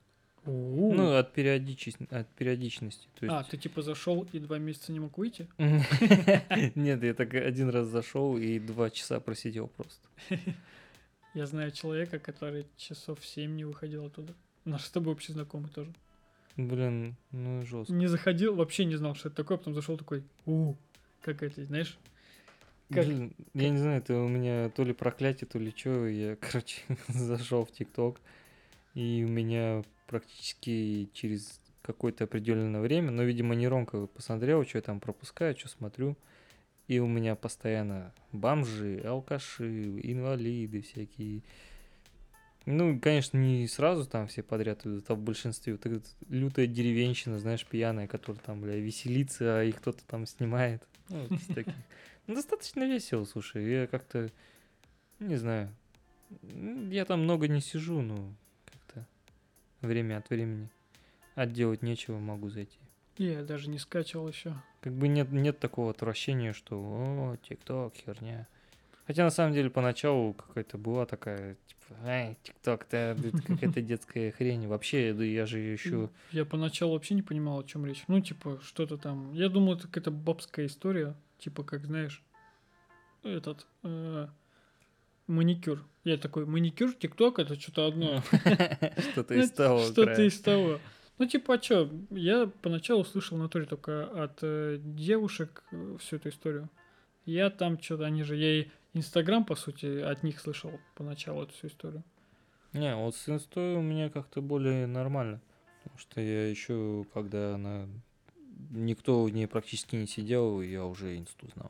У-у.
Ну, от, периодичес- от периодичности. То
А,
есть...
ты типа зашел и два месяца не мог выйти?
Нет, я так один раз зашел и два часа просидел просто.
Я знаю человека, который часов семь не выходил оттуда. Наш с тобой общий знакомый тоже.
Блин, ну жестко.
Не заходил, вообще не знал, что это такое, а потом зашел такой, у, как это, знаешь? Как-
Блин, я не знаю, это у меня то ли проклятие, то ли что. Я, короче, зашел в ТикТок, и у меня практически через какое-то определенное время, но, видимо, нейронка посмотрела, что я там пропускаю, что смотрю, и у меня постоянно бомжи, алкаши, инвалиды всякие. Ну, конечно, не сразу там все подряд идут, а в большинстве вот эта лютая деревенщина, знаешь, пьяная, которая там, бля, веселится, а их кто-то там снимает. Ну, вот из таких. Ну, достаточно весело, слушай. Я как-то, не знаю, м, я там много не сижу, но как-то время от времени. А делать нечего, могу зайти.
Я даже не скачивал еще.
Как бы нет, нет такого отвращения, что о, ТикТок, херня. Хотя на самом деле поначалу какая-то была такая, типа, ай, ТикТок, это какая-то детская хрень. Вообще, да я же еще...
Я поначалу вообще не понимал, о чем речь. Ну, типа, что-то там. Я думал, это какая-то бабская история. Типа, как знаешь, этот э, маникюр. Я такой, маникюр, ТикТок, это что-то одно.
Что-то
Ну,
из того
Что-то
края.
из того. Ну, типа, а чё? Я поначалу слышал на туре только от э, девушек э, всю эту историю. Я там что-то, они же, я и Инстаграм, по сути, от них слышал поначалу эту всю историю.
Не, вот с инстой у меня как-то более нормально. Потому что я еще, когда она... Никто в ней практически не сидел, я уже инсту знал.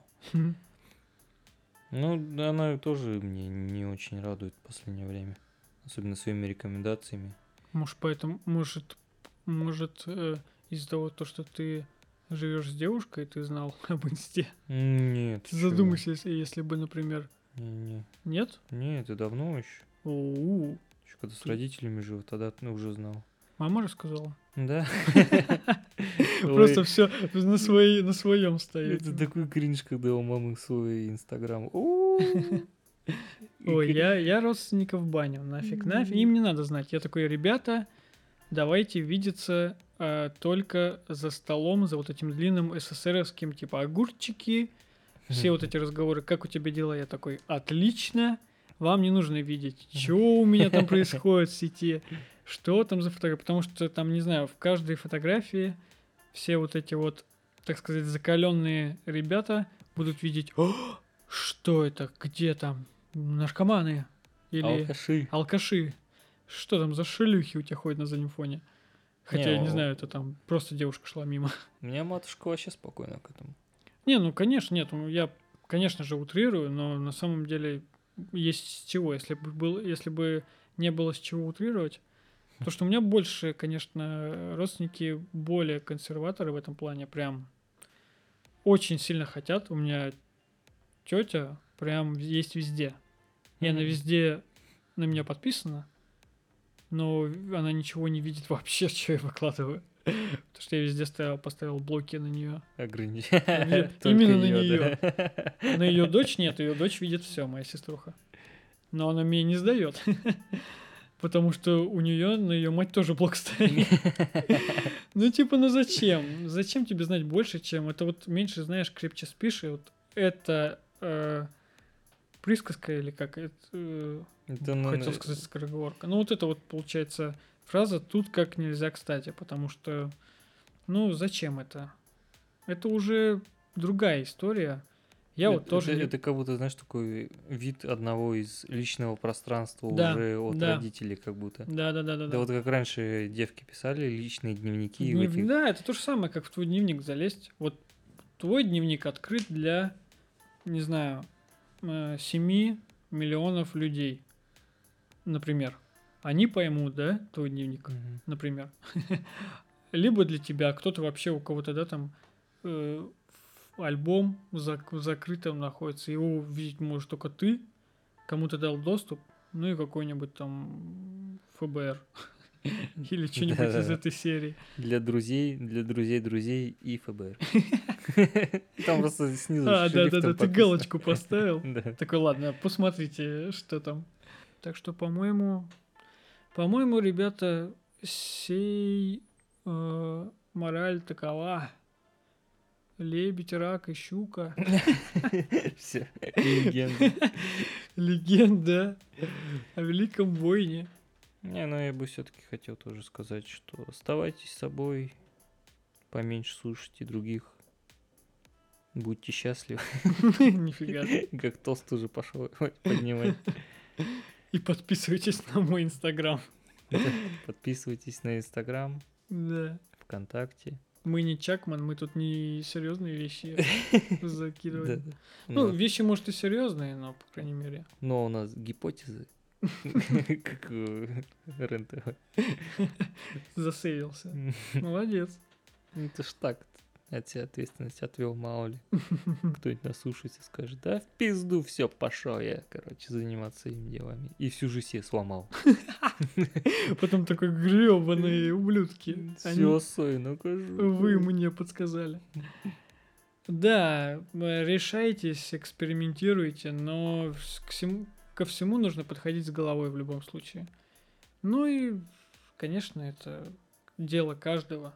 Ну, да, она тоже мне не очень радует в последнее время. Особенно своими рекомендациями.
Может, поэтому, может, может, э, из-за того, то, что ты живешь с девушкой, ты знал об инсте.
М, Нет.
Ты
чё?
задумайся, если, если бы, например,
Не-не.
нет?
Не, это давно еще.
У-у.
Еще когда с
Ты-
родителями жил, тогда ну, уже знал.
Мама рассказала.
Да.
Просто
Ой,
все на, своей, на своем стоит.
это такой кринж, когда у мамы свой инстаграм. У-у-у. И
Ой,
кри-
я, я родственников баню, нафиг, нафиг. Им не надо знать. Я такой, ребята, давайте видеться а, только за столом, за вот этим длинным СССРовским, типа, огурчики, все вот эти разговоры, как у тебя дела? Я такой, отлично, вам не нужно видеть, что у меня там происходит в сети, что там за фотография, потому что там, не знаю, в каждой фотографии все вот эти вот, так сказать, закаленные ребята будут видеть, «О, что это, где там, наркоманы или
Алкаши.
алкаши, что там за шелюхи у тебя ходят на заднем фоне. Хотя, я не
о-
знаю, это там просто девушка шла мимо.
У меня матушка вообще спокойна к этому.
Не, ну, конечно, нет, ну, я, конечно же, утрирую, но на самом деле есть с чего. Если бы, был, если бы не было с чего утрировать, то что у меня больше, конечно, родственники более консерваторы в этом плане, прям очень сильно хотят. У меня тетя прям есть везде. И она
Мгм.
везде на меня подписана, но она ничего не видит вообще, что я выкладываю. Потому что я везде ставил, поставил блоки на нее.
Ограничь.
Именно
Только
на
её,
неё.
да.
На ее дочь нет, ее дочь видит все, моя сеструха. Но она мне не сдает. Потому что у нее на ее мать тоже блок стоит. Ну, типа, ну зачем? Зачем тебе знать больше, чем это вот меньше знаешь, крепче спишь, и вот это э, присказка или как это, э,
Это, ну,
хотел
на-
сказать скороговорка. Ну, вот это вот получается фраза тут как нельзя кстати, потому что, ну, зачем это? Это уже другая история. Я вот
это-
тоже...
Это,
не-
это как будто, знаешь, такой вид одного из личного пространства
Да,
уже от
да.
родителей, как будто.
Да, да, да, да.
Да вот как раньше девки писали личные дневники. в
Днев-
этих-
Да, это то же самое, как в твой дневник залезть. Вот твой дневник открыт для, не знаю, э, семи миллионов людей, например. Они поймут, да, твой дневник,
Мгм.
например. Либо для тебя, кто-то вообще у кого-то, да, там э, в- альбом зак- в закрытом находится, его видеть можешь только ты, кому-то дал доступ, ну и какой-нибудь там ФБР или что-нибудь из
Да-да-да.
этой серии.
Для друзей, для друзей друзей и ФБР. Там просто снизу
А,
шрифтом
да-да-да, ты
подписано.
галочку поставил.
Да.
Такой, ладно, посмотрите, что там. Так что, по-моему, по-моему, ребята, сей э, мораль такова. Лебедь, рак и щука.
Все, легенда.
Легенда о великом воине.
Не, ну я бы все-таки хотел тоже сказать, что оставайтесь собой, поменьше слушайте других, будьте счастливы.
Нифига.
Как тост уже пошел поднимать.
И подписывайтесь на мой инстаграм.
Подписывайтесь на Инстаграм,
Да.
ВКонтакте.
Мы не Чакман, мы тут не серьезные вещи закидываем.
Да-да.
Ну,
Но-
вещи, может, и серьезные, но, по крайней мере.
Но у нас гипотезы, как у РЕН-ТВ.
Засейвился. Молодец.
Ну, это ж так, от себя ответственность отвел, мало ли. Кто-нибудь наслушается, скажет, да в пизду, все, пошел я, короче, заниматься своими делами. И всю жизнь себе сломал.
Потом такой гребаные ублюдки.
Все
Они-
особенно кажу.
Вы мне подсказали. Да, э, решайтесь, экспериментируйте, но вс- к всему- ко всему нужно подходить с головой в любом случае. Ну и, конечно, это дело каждого.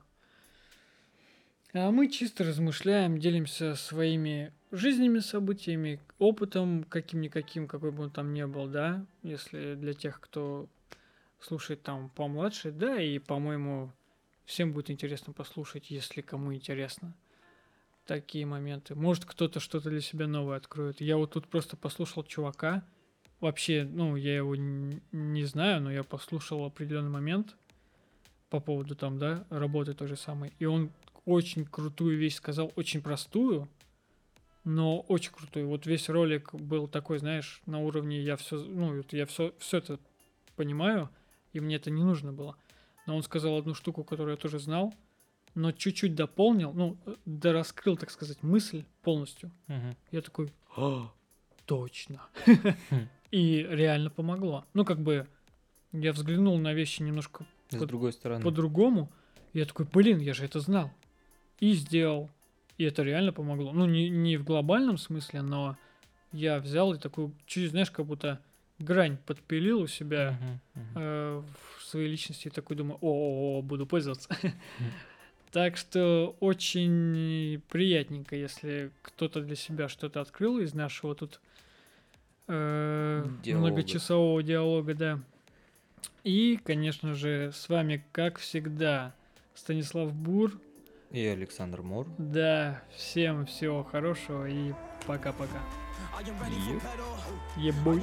А мы чисто размышляем, делимся своими жизненными событиями, опытом каким-никаким, какой бы он там ни был, да, если для тех, кто слушает там помладше, да, и, по-моему, всем будет интересно послушать, если кому интересно такие моменты. Может, кто-то что-то для себя новое откроет. Я вот тут просто послушал чувака, вообще, ну, я его н- не знаю, но я послушал определенный момент по поводу там, да, работы той же самой, и он очень крутую вещь сказал, очень простую, но очень крутую. Вот весь ролик был такой, знаешь, на уровне я все, ну, вот я все, все это понимаю, и мне это не нужно было. Но он сказал одну штуку, которую я тоже знал, но чуть-чуть дополнил, ну, дораскрыл, так сказать, мысль полностью.
Мгм.
Я такой, «А, точно. И реально помогло. Ну, как бы, я взглянул на вещи немножко
С
Под-
другой стороны.
по-другому. Я такой, блин, я же это знал. И сделал. И это реально помогло. Ну, не, не в глобальном смысле, но я взял и такую, чуть, знаешь, как будто грань подпилил у себя
Мгм, мгм.
э, в своей личности. И такой думаю, о, буду пользоваться. Так что очень приятненько, если кто-то для себя что-то открыл из нашего тут э,
Диалога.
многочасового диалога, да. И, конечно же, с вами, как всегда, Станислав Бур.
И Александр Мор.
Да, всем всего хорошего и пока-пока. Ебой.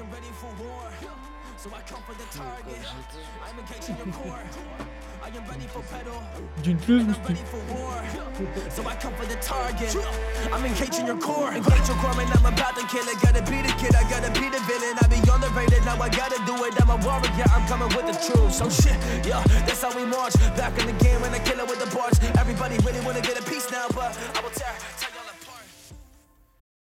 День трезвости.
So I come for the target. I'm engaging your core. Engage your core, man. I'm about to kill it. Gotta be the kid, I gotta be the villain. I be underrated, now I gotta do it. I'm a warrior, I'm coming with the truth. So shit, yeah, that's how we march. Back in the game, and I kill it with the bars. Everybody really wanna get a piece now, but I will tear. tear